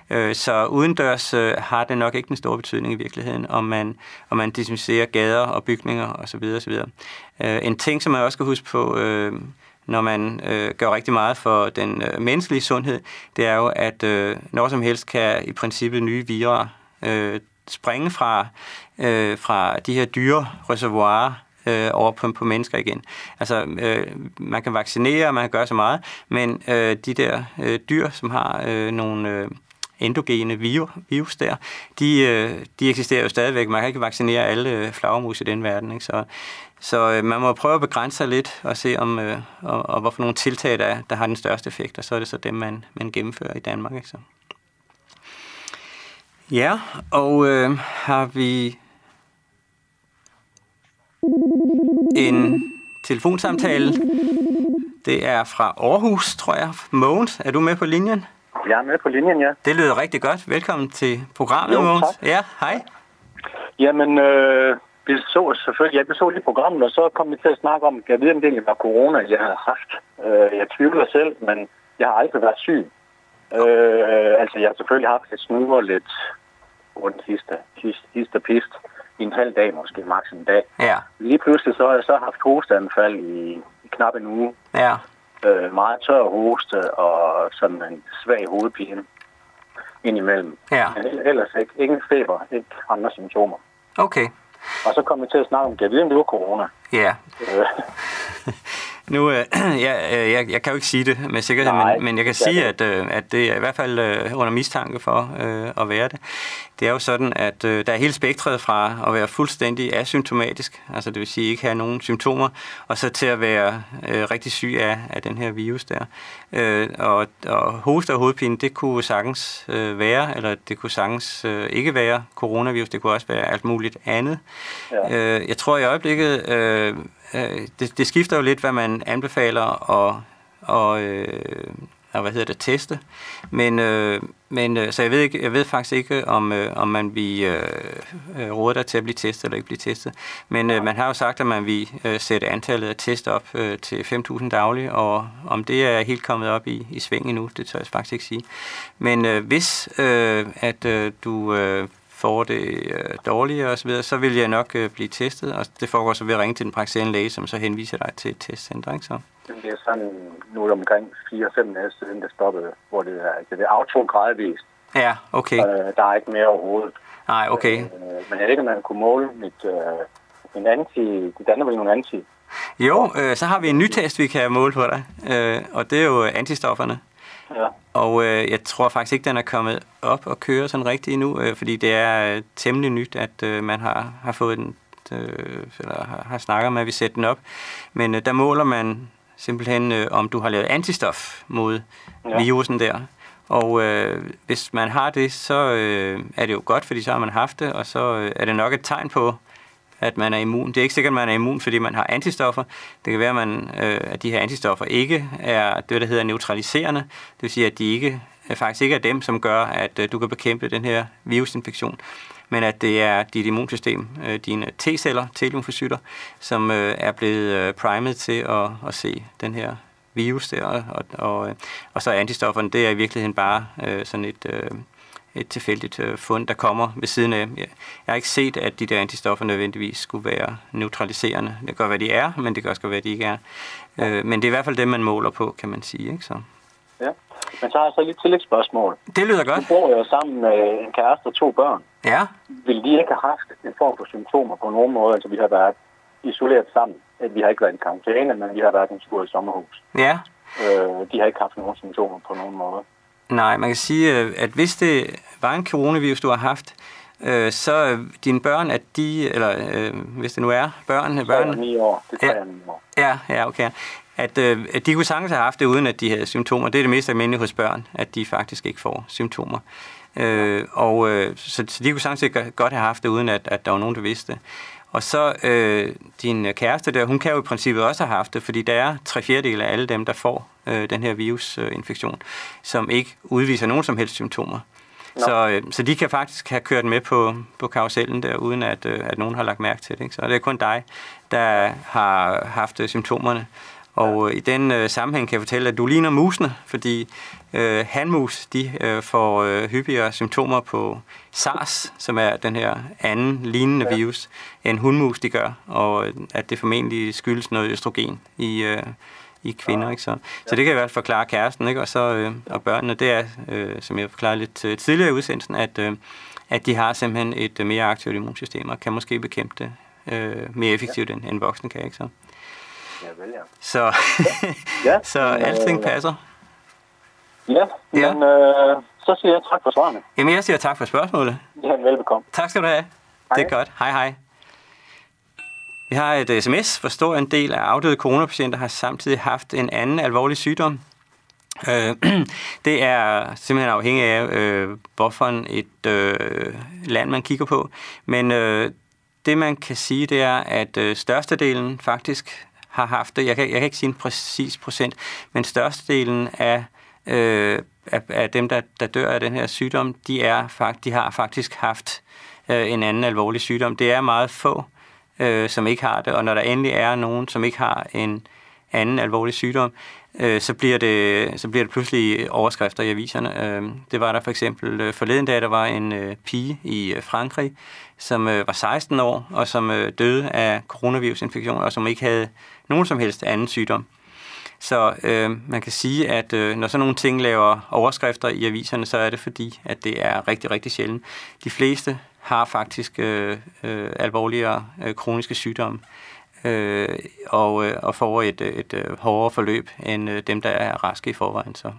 Øh, så udendørs øh, har det nok ikke den store betydning i virkeligheden, om man, om man desinficerer gader og bygninger osv. osv. Øh, en ting, som man også skal huske på, øh, når man øh, gør rigtig meget for den øh, menneskelige sundhed, det er jo, at øh, når som helst kan i princippet nye virer øh, springe fra, øh, fra de her dyre reservoirer øh, over på, på mennesker igen. Altså, øh, man kan vaccinere, man kan gøre så meget, men øh, de der øh, dyr, som har øh, nogle øh, endogene virus der, de, øh, de eksisterer jo stadigvæk. Man kan ikke vaccinere alle flagermus i den verden, ikke? Så, så øh, man må prøve at begrænse sig lidt og se, om øh, og, og hvorfor nogle tiltag, der, der har den største effekt, og så er det så dem, man, man gennemfører i Danmark, ikke? Så. Ja, og øh, har vi en telefonsamtale. Det er fra Aarhus, tror jeg. Mogens, er du med på linjen?
Jeg er med på linjen, ja.
Det lyder rigtig godt. Velkommen til programmet,
jo,
Mogens.
Tak.
Ja, hej.
Jamen, øh, vi så selvfølgelig, jeg så lige programmet, og så kom vi til at snakke om, jeg ved, om det egentlig var corona, jeg har haft. Øh, jeg tvivler selv, men jeg har aldrig været syg. Øh, altså, jeg har selvfølgelig haft lidt snure, lidt rundt sidste, sidste pist i en halv dag, måske maks en dag.
Ja.
Lige pludselig så har jeg så haft hosteanfald i, i knap en uge.
Ja.
Øh, meget tør hoste og sådan en svag hovedpine indimellem.
Ja.
Men ellers ikke. Ingen feber, ikke andre symptomer.
Okay.
Og så kom vi til at snakke om, kan jeg vide, om det var corona?
Ja.
Øh.
Nu, øh, jeg, jeg, jeg kan jo ikke sige det med sikkerhed,
Nej,
men, men jeg kan sige, at, øh, at det er i hvert fald øh, under mistanke for øh, at være det. Det er jo sådan, at øh, der er hele spektret fra at være fuldstændig asymptomatisk, altså det vil sige ikke have nogen symptomer, og så til at være øh, rigtig syg af, af den her virus der. Øh, og, og hoste og hovedpine, det kunne sagtens øh, være, eller det kunne sagtens øh, ikke være coronavirus, det kunne også være alt muligt andet. Ja. Øh, jeg tror i øjeblikket... Øh, Det, det skifter jo lidt, hvad man anbefaler og, og, øh, og hvad hedder det, teste. Men, øh, men så jeg ved ikke, jeg ved faktisk ikke, om, øh, om man vil øh, råde dig til at blive testet eller ikke blive testet. Men øh, man har jo sagt, at man vil øh, sætte antallet af test op øh, til fem tusind dagligt, og om det er helt kommet op i, i sving endnu, det tør jeg faktisk ikke sige. Men øh, hvis øh, at øh, du øh, får det øh, dårligere osv., så, så vil jeg nok øh, blive testet, og det foregår så ved at ringe til den praktiserende læge, som så henviser dig til et testcenter, ikke så?
Det er sådan, nu er det omkring fire fem dage siden, det stoppede, hvor det er, det er aftog gradvist.
Ja, okay.
Øh, der er ikke mere overhovedet.
Nej, okay.
Øh, men jeg ved ikke, om man kunne måle mit, øh, en anti, det danner vel nogle anti.
Jo, øh, så har vi en ny test, vi kan måle på dig, øh, og det er jo antistofferne.
Ja.
Og øh, jeg tror faktisk ikke, den er kommet op og køre sådan rigtigt endnu, øh, fordi det er øh, temmelig nyt, at øh, man har, har fået den, øh, eller har, har snakket om, at vi sætter den op. Men øh, der måler man simpelthen, øh, om du har lavet antistof mod ja. virusen der. Og øh, hvis man har det, så øh, er det jo godt, fordi så har man haft det, og så øh, er det nok et tegn på, at man er immun. Det er ikke sikkert, at man er immun, fordi man har antistoffer. Det kan være, at, man, øh, at de her antistoffer ikke er det, der hedder neutraliserende. Det vil sige, at de ikke, faktisk ikke er dem, som gør, at øh, du kan bekæmpe den her virusinfektion, men at det er dit immunsystem, øh, dine T-celler, T-lymfocytter, som øh, er blevet øh, primet til at, at se den her virus der. Og, og, og så er antistofferne, det er i virkeligheden bare øh, sådan et... Øh, et tilfældigt øh, fund, der kommer ved siden af. Jeg har ikke set, at de der antistoffer nødvendigvis skulle være neutraliserende. Det kan godt være, de er, men det kan også godt være, at de ikke er. Øh, men det er i hvert fald det, man måler på, kan man sige. Ikke så?
Ja, men så har jeg så lige et tillægsspørgsmål.
Det lyder godt.
Nu bor jeg sammen med en kæreste og to børn.
Ja.
Vil de ikke have haft en form for symptomer på nogen måde? Altså, vi har været isoleret sammen. Vi har ikke været i karantæne, men vi har været en tur i sommerhus.
Ja.
Øh, de har ikke haft nogen symptomer på nogen måde.
Nej, man kan sige, at hvis det var en coronavirus, du har haft, øh, så dine børn, at de, eller øh, hvis det nu er børn... børn
ni år, det er ni år.
Ja, ja, okay. At, øh, at de kunne sagtens have haft det, uden at de havde symptomer. Det er det mest almindelige hos børn, at de faktisk ikke får symptomer. Øh, og øh, så, så de kunne sagtens godt have haft det, uden at, at der var nogen, der vidste det. Og så øh, din kæreste der, hun kan jo i princippet også have haft det, fordi der er tre fjerdedele af alle dem, der får øh, den her virusinfektion, øh, som ikke udviser nogen som helst symptomer. No. Så, øh, så de kan faktisk have kørt med på, på karusellen der, uden at, øh, at nogen har lagt mærke til det. Ikke? Så det er kun dig, der har haft øh, symptomerne. Og øh, i den øh, sammenhæng kan jeg fortælle, at du ligner musene, fordi øh, hanmus, de øh, får øh, hyppigere symptomer på SARS, som er den her anden lignende ja. virus, end hundmus, de gør, og at det formentlig skyldes noget østrogen i, øh, i kvinder. Ja. Ikke? Så, så det kan i hvert fald forklare kæresten, ikke? Og, så, øh, og børnene, det er, øh, som jeg forklarede lidt øh, tidligere i udsendelsen, at, øh, at de har simpelthen et øh, mere aktivt immunsystem, og kan måske bekæmpe det øh, mere effektivt, ja. end, end voksne kan. Ikke? Så.
Ja, vel, ja.
Så, ja, så alting passer.
Ja,
ja.
men øh, så siger jeg tak for svarene.
Jamen, jeg siger tak for spørgsmålet.
Ja, velbekomme.
Tak skal du have. Hej. Det er godt. Hej, hej. Vi har et sms, hvor stor en del af afdøde coronapatienter har samtidig haft en anden alvorlig sygdom. Øh, det er simpelthen afhængig af, øh, hvorfor et øh, land man kigger på. Men øh, det, man kan sige, det er, at øh, størstedelen faktisk har haft det. Jeg kan, jeg kan ikke sige en præcis procent, men størstedelen af, øh, af, af dem, der, der dør af den her sygdom, de, er, de har faktisk haft øh, en anden alvorlig sygdom. Det er meget få, øh, som ikke har det, og når der endelig er nogen, som ikke har en anden alvorlig sygdom, øh, så, bliver det, så bliver det pludselig overskrifter i aviserne. Øh, det var der for eksempel øh, forleden dag, der var en øh, pige i øh, Frankrig, som øh, var seksten år, og som øh, døde af coronavirusinfektion, og som ikke havde nogen som helst anden sygdom. Så øh, man kan sige, at øh, når sådan nogle ting laver overskrifter i aviserne, så er det fordi, at det er rigtig, rigtig sjældent. De fleste har faktisk øh, øh, alvorligere øh, kroniske sygdomme, øh, og, øh, og får et, et, et hårdere forløb end øh, dem, der er raske i forvejen. Så.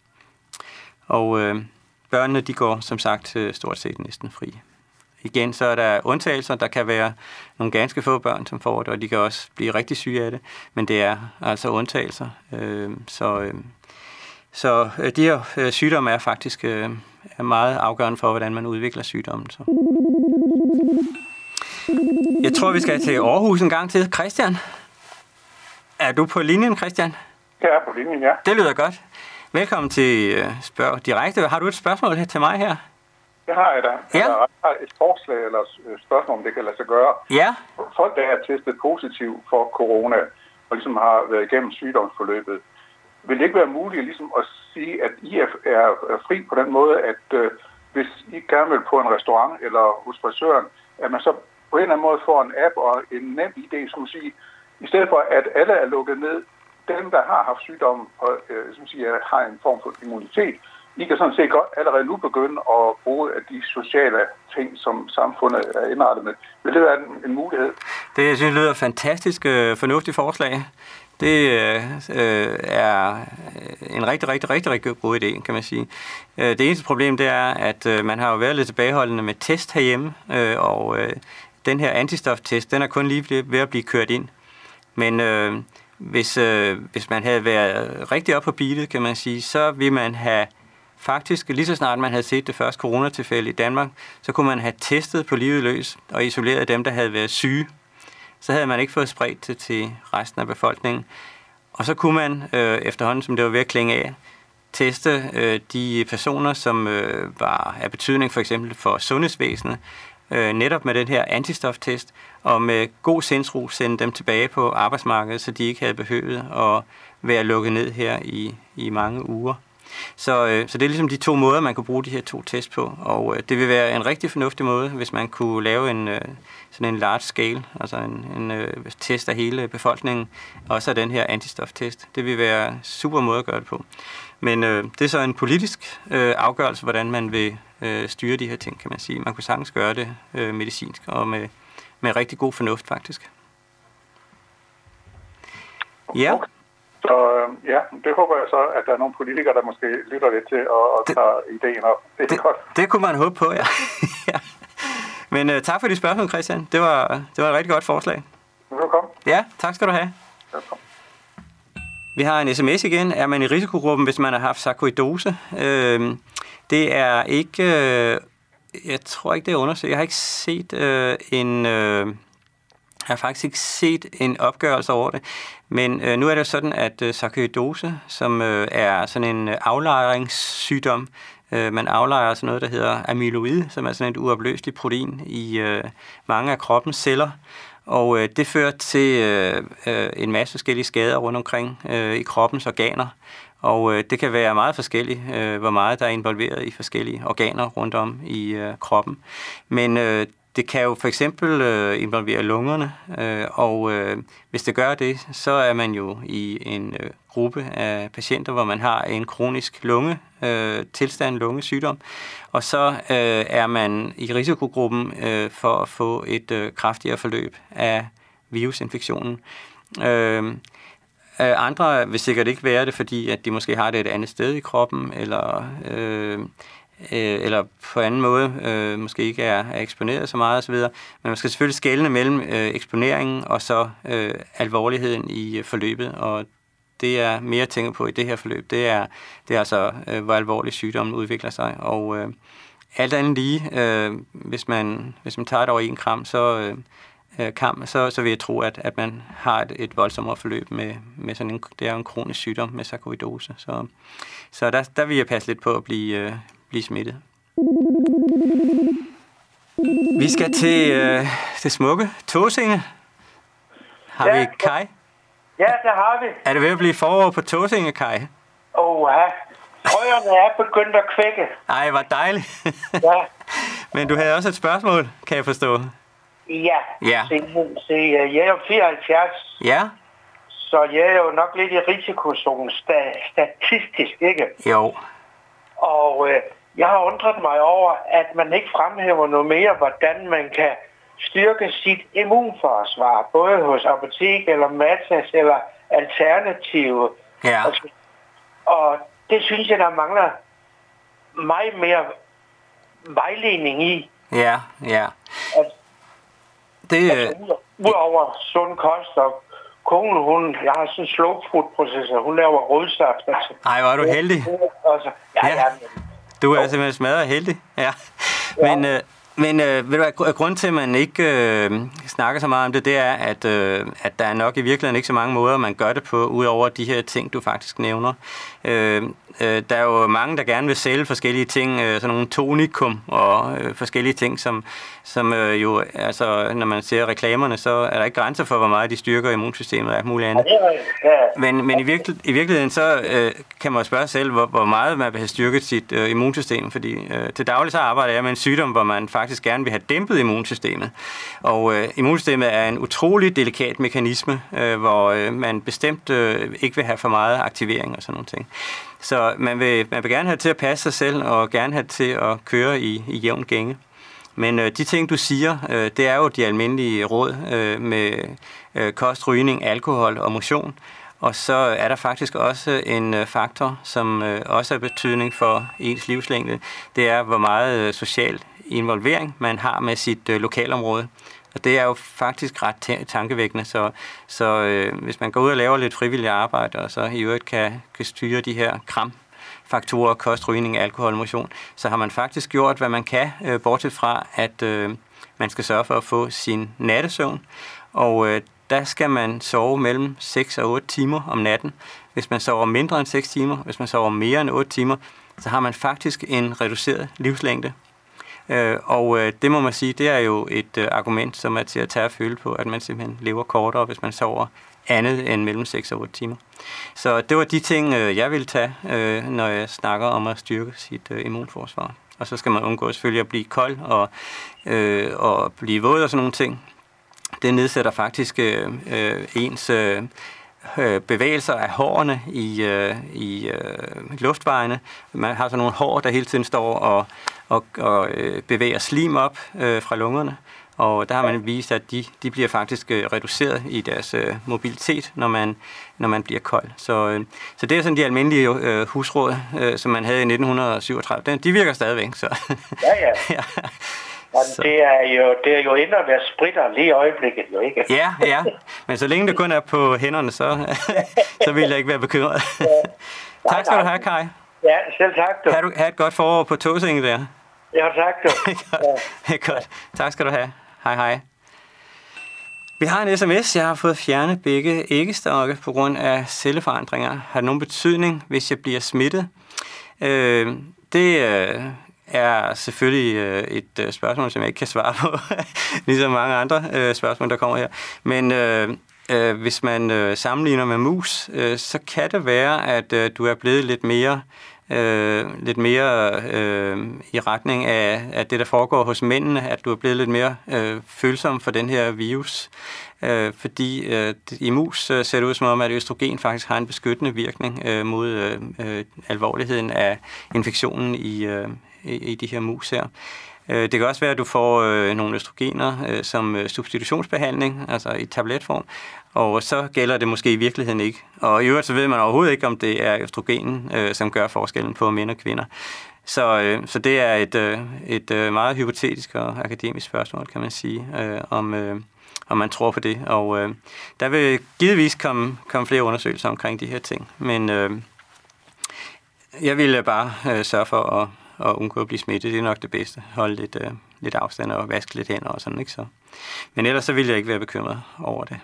Og øh, børnene, de går som sagt stort set næsten fri. Igen, så er der undtagelser. Der kan være nogle ganske få børn, som får det, og de kan også blive rigtig syge af det. Men det er altså undtagelser. Øh, så øh, så øh, de her øh, sygdomme er faktisk øh, er meget afgørende for, hvordan man udvikler sygdommen. Så. Jeg tror, vi skal til Aarhus en gang til. Christian? Er du på linjen, Christian?
Jeg er på linjen, ja.
Det lyder godt. Velkommen til uh, Spørg Direkte. Har du et spørgsmål her til mig her?
Det har jeg da.
Ja.
Jeg har et forslag eller et spørgsmål, om det kan lade sig gøre.
Ja.
Folk, der er testet positiv for corona, og ligesom har været igennem sygdomsforløbet, vil det ikke være muligt ligesom at sige, at I er, er fri på den måde, at øh, hvis I gerne vil på en restaurant eller hos frisøren, at man så på en eller anden måde får en app og en nem idé, som siger, i stedet for at alle er lukket ned, dem, der har haft sygdommen og øh, som siger, har en form for immunitet, I kan sådan set godt allerede nu begynde at bruge af de sociale ting, som samfundet er indrettet med. Vil det være en, en mulighed?
Det, jeg synes, lyder fantastisk øh, fornuftigt forslag. Det øh, er en rigtig, rigtig, rigtig, rigtig god idé, kan man sige. Det eneste problem, det er, at øh, man har jo været lidt tilbageholdende med test herhjemme, øh, og øh, den her antistoftest, den er kun lige ved at blive kørt ind. Men øh, hvis, øh, hvis man havde været rigtig op på beatet, kan man sige, så vil man have faktisk, lige så snart man havde set det første coronatilfælde i Danmark, så kunne man have testet på livet løs og isoleret dem, der havde været syge. Så havde man ikke fået spredt det til resten af befolkningen. Og så kunne man, øh, efterhånden som det var ved at klinge af, teste øh, de personer, som øh, var af betydning for eksempel for sundhedsvæsenet, øh, netop med den her antistoftest, og med god sindsro sende dem tilbage på arbejdsmarkedet, så de ikke havde behøvet at være lukket ned her i, i mange uger. Så, øh, så det er ligesom de to måder, man kunne bruge de her to test på, og øh, det vil være en rigtig fornuftig måde, hvis man kunne lave en øh, sådan en large scale, altså en, en øh, test af hele befolkningen, også af den her antistoftest. Det vil være en super måde at gøre det på. Men øh, det er så en politisk øh, afgørelse, hvordan man vil øh, styre de her ting, kan man sige. Man kunne sagtens gøre det øh, medicinsk og med, med rigtig god fornuft, faktisk. Ja.
Okay. Så øh, ja, det håber jeg så, at der er nogle politikere, der måske lytter lidt til og, og tager ideen op. Det er
det,
godt.
Det kunne man håbe på, ja. ja. Men øh, tak for dit spørgsmål, Christian. Det var, det var et rigtig godt forslag.
Velkommen.
Ja, tak skal du have.
Velkommen.
Vi har en sms igen. Er man i risikogruppen, hvis man har haft sarkoidose? Øh, det er ikke... Øh, jeg tror ikke, det er undersøgt. Jeg har ikke set øh, en... Øh, Jeg har faktisk ikke set en opgørelse over det, men øh, nu er det sådan, at øh, sarkoidose, som øh, er sådan en aflejringssygdom, øh, man aflejrer sådan noget, der hedder amyloid, som er sådan et uopløseligt protein i øh, mange af kroppens celler, Og øh, det fører til øh, øh, en masse forskellige skader rundt omkring øh, i kroppens organer. Og øh, det kan være meget forskelligt, øh, hvor meget der er involveret i forskellige organer rundt om i øh, kroppen. Men øh, det kan jo for eksempel øh, involvere lungerne, øh, og øh, hvis det gør det, så er man jo i en øh, gruppe af patienter, hvor man har en kronisk lunge, øh, tilstand, lungesygdom, og så øh, er man i risikogruppen øh, for at få et øh, kraftigere forløb af virusinfektionen. Øh, Andre vil sikkert ikke være det, fordi at de måske har det et andet sted i kroppen, eller, øh, eller på anden måde øh, måske ikke er, er eksponeret så meget osv. Men man skal selvfølgelig skelne mellem øh, eksponeringen og så øh, alvorligheden i forløbet, og det jeg mere tænker på i det her forløb, det er, det er altså, øh, hvor alvorlig sygdommen udvikler sig. Og øh, alt andet lige, øh, hvis, man, hvis man tager det over en kram, så... Øh, kamp, så, så vil jeg tro, at, at man har et, et voldsommere forløb med, med sådan en, det er en kronisk sygdom med sarkoidose. Så, så der, der vil jeg passe lidt på at blive, øh, blive smittet. Vi skal til øh, det smukke Tåsinge. Har ja, vi Kai?
Ja, det har vi.
Er det ved at blive forår på Tåsinge, Kai?
Åh, ja. Frøerne er begyndt at kvække.
Ej, hvor dejligt.
Ja.
Men du havde også et spørgsmål, kan jeg forstå.
Ja,
ja.
Se, se, jeg er jo fireoghalvfjerds,
ja.
Så jeg er jo nok lidt i risikozonen sta- statistisk, ikke?
Jo.
Og øh, jeg har undret mig over, at man ikke fremhæver noget mere, hvordan man kan styrke sit immunforsvar, både hos apotek eller Matas eller alternative.
Ja.
Og, og det synes jeg, der mangler meget mere vejledning i.
Ja, ja.
At,
Det,
altså, udover sund kost, og konen, hun, jeg har sådan en slow food processor, hun laver rødsaft. Altså.
Ej, hvor er du heldig.
Altså, ja, ja. Ja,
du er simpelthen smadret heldig. Ja. Ja. Men, øh, men øh, ved du hvad, grund til, at man ikke øh, snakker så meget om det, det er, at, øh, at der er nok i virkeligheden ikke så mange måder, man gør det på, udover de her ting, du faktisk nævner. Øh, øh, der er jo mange, der gerne vil sælge forskellige ting, øh, sådan nogle tonikum og øh, forskellige ting, som, som øh, jo, altså, når man ser reklamerne, så er der ikke grænser for, hvor meget de styrker immunsystemet og alt muligt andet. Men, men i, virkelig, i virkeligheden, så øh, kan man spørge sig selv, hvor, hvor meget man vil have styrket sit øh, immunsystem, fordi øh, til daglig så arbejder jeg med en sygdom, hvor man faktisk gerne vil have dæmpet immunsystemet. Og øh, immunsystemet er en utrolig delikat mekanisme, øh, hvor øh, man bestemt øh, ikke vil have for meget aktivering og sådan nogle ting. Så man vil, man vil gerne have til at passe sig selv, og gerne have til at køre i, i jævn gænge. Men øh, de ting, du siger, øh, det er jo de almindelige råd øh, med øh, kost, rygning, alkohol og motion. Og så er der faktisk også en øh, faktor, som øh, også har betydning for ens livslængde. Det er, hvor meget øh, social involvering man har med sit øh, lokalområde. Og det er jo faktisk ret t- tankevækkende, så, så øh, hvis man går ud og laver lidt frivilligt arbejde, og så i øvrigt kan, kan styre de her kramfaktorer, kost, rygning, alkohol, motion, så har man faktisk gjort, hvad man kan, øh, bortset fra, at øh, man skal sørge for at få sin nattesøvn. Og øh, der skal man sove mellem seks og otte timer om natten. Hvis man sover mindre end seks timer, hvis man sover mere end otte timer, så har man faktisk en reduceret livslængde. Og det må man sige, det er jo et argument, som er til at tage og føle på, at man simpelthen lever kortere, hvis man sover andet end mellem seks og otte timer. Så det var de ting, jeg ville tage, når jeg snakker om at styrke sit immunforsvar. Og så skal man undgå selvfølgelig at blive kold og, og blive våd og sådan nogle ting. Det nedsætter faktisk ens bevægelser af hårene i, øh, i øh, luftvejene. Man har sådan nogle hår, der hele tiden står og, og, og øh, bevæger slim op øh, fra lungerne. Og der har man vist, at de, de bliver faktisk øh, reduceret i deres øh, mobilitet, når man, når man bliver kold. Så, øh, så det er sådan de almindelige øh, husråd, øh, som man havde i nitten syvogtredive. De virker stadigvæk. Så.
Ja, ja. ja. Jamen, det er jo, det er jo inde at være spritter lige i øjeblikket, jo ikke?
Ja, ja. Men så længe det kun er på hænderne, så, så vil jeg ikke være bekymret. Ja. Tak skal du have, Kai.
Ja, selv tak, du.
Ha, du, ha et godt forår på Tåsinge der.
Ja, tak, du.
godt. Ja. Godt. Tak skal du have. Hej, hej. Vi har en sms. Jeg har fået fjernet begge æggestokke på grund af celleforandringer. Har det nogen betydning, hvis jeg bliver smittet? Øh, det... Øh, er selvfølgelig øh, et øh, spørgsmål, som jeg ikke kan svare på, ligesom mange andre øh, spørgsmål, der kommer her. Men øh, øh, hvis man øh, sammenligner med mus, øh, så kan det være, at øh, du er blevet lidt mere, øh, lidt mere øh, i retning af, af det, der foregår hos mændene, at du er blevet lidt mere øh, følsom for den her virus. Øh, fordi øh, i mus øh, ser det ud som om, at østrogen faktisk har en beskyttende virkning øh, mod øh, øh, alvorligheden af infektionen i, øh, i, i de her mus her. Øh, det kan også være, at du får øh, nogle østrogener øh, som øh, substitutionsbehandling, altså i tabletform, og så gælder det måske i virkeligheden ikke. Og i øvrigt så ved man overhovedet ikke, om det er østrogenen, øh, som gør forskellen på mænd og kvinder. Så, øh, så det er et, øh, et øh, meget hypotetisk og akademisk spørgsmål, kan man sige, øh, om... Øh, om man tror på det. Og øh, der vil givetvis komme, komme flere undersøgelser omkring de her ting. Men øh, jeg vil bare øh, sørge for at, at undgå at blive smittet. Det er nok det bedste. Holde lidt, øh, lidt afstand og vaske lidt hænder og sådan, ikke så. Men ellers så vil jeg ikke være bekymret over det.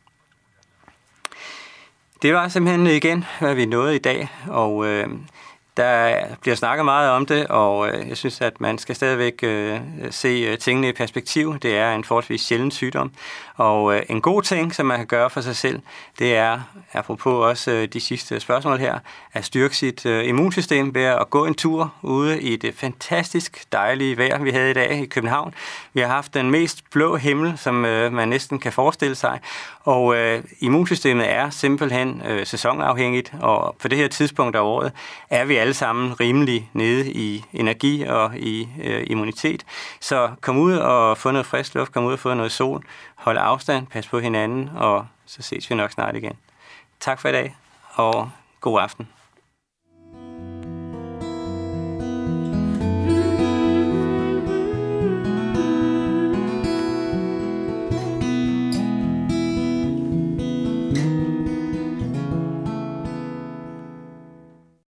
Det var simpelthen igen, hvad vi nåede i dag. Og øh, der bliver snakket meget om det, og øh, jeg synes, at man skal stadigvæk øh, se øh, tingene i perspektiv. Det er en forholdsvis sjælden sygdom. Og øh, en god ting, som man kan gøre for sig selv, det er, apropos også øh, de sidste spørgsmål her, at styrke sit øh, immunsystem ved at gå en tur ude i det fantastisk dejlige vejr, vi havde i dag i København. Vi har haft den mest blå himmel, som øh, man næsten kan forestille sig. Og øh, immunsystemet er simpelthen øh, sæsonafhængigt, og på det her tidspunkt af året er vi alle sammen rimelig nede i energi og i øh, immunitet. Så kom ud og få noget frisk luft, kom ud og få noget sol, hold afstand, pas på hinanden, og så ses vi nok snart igen. Tak for i dag, og god aften.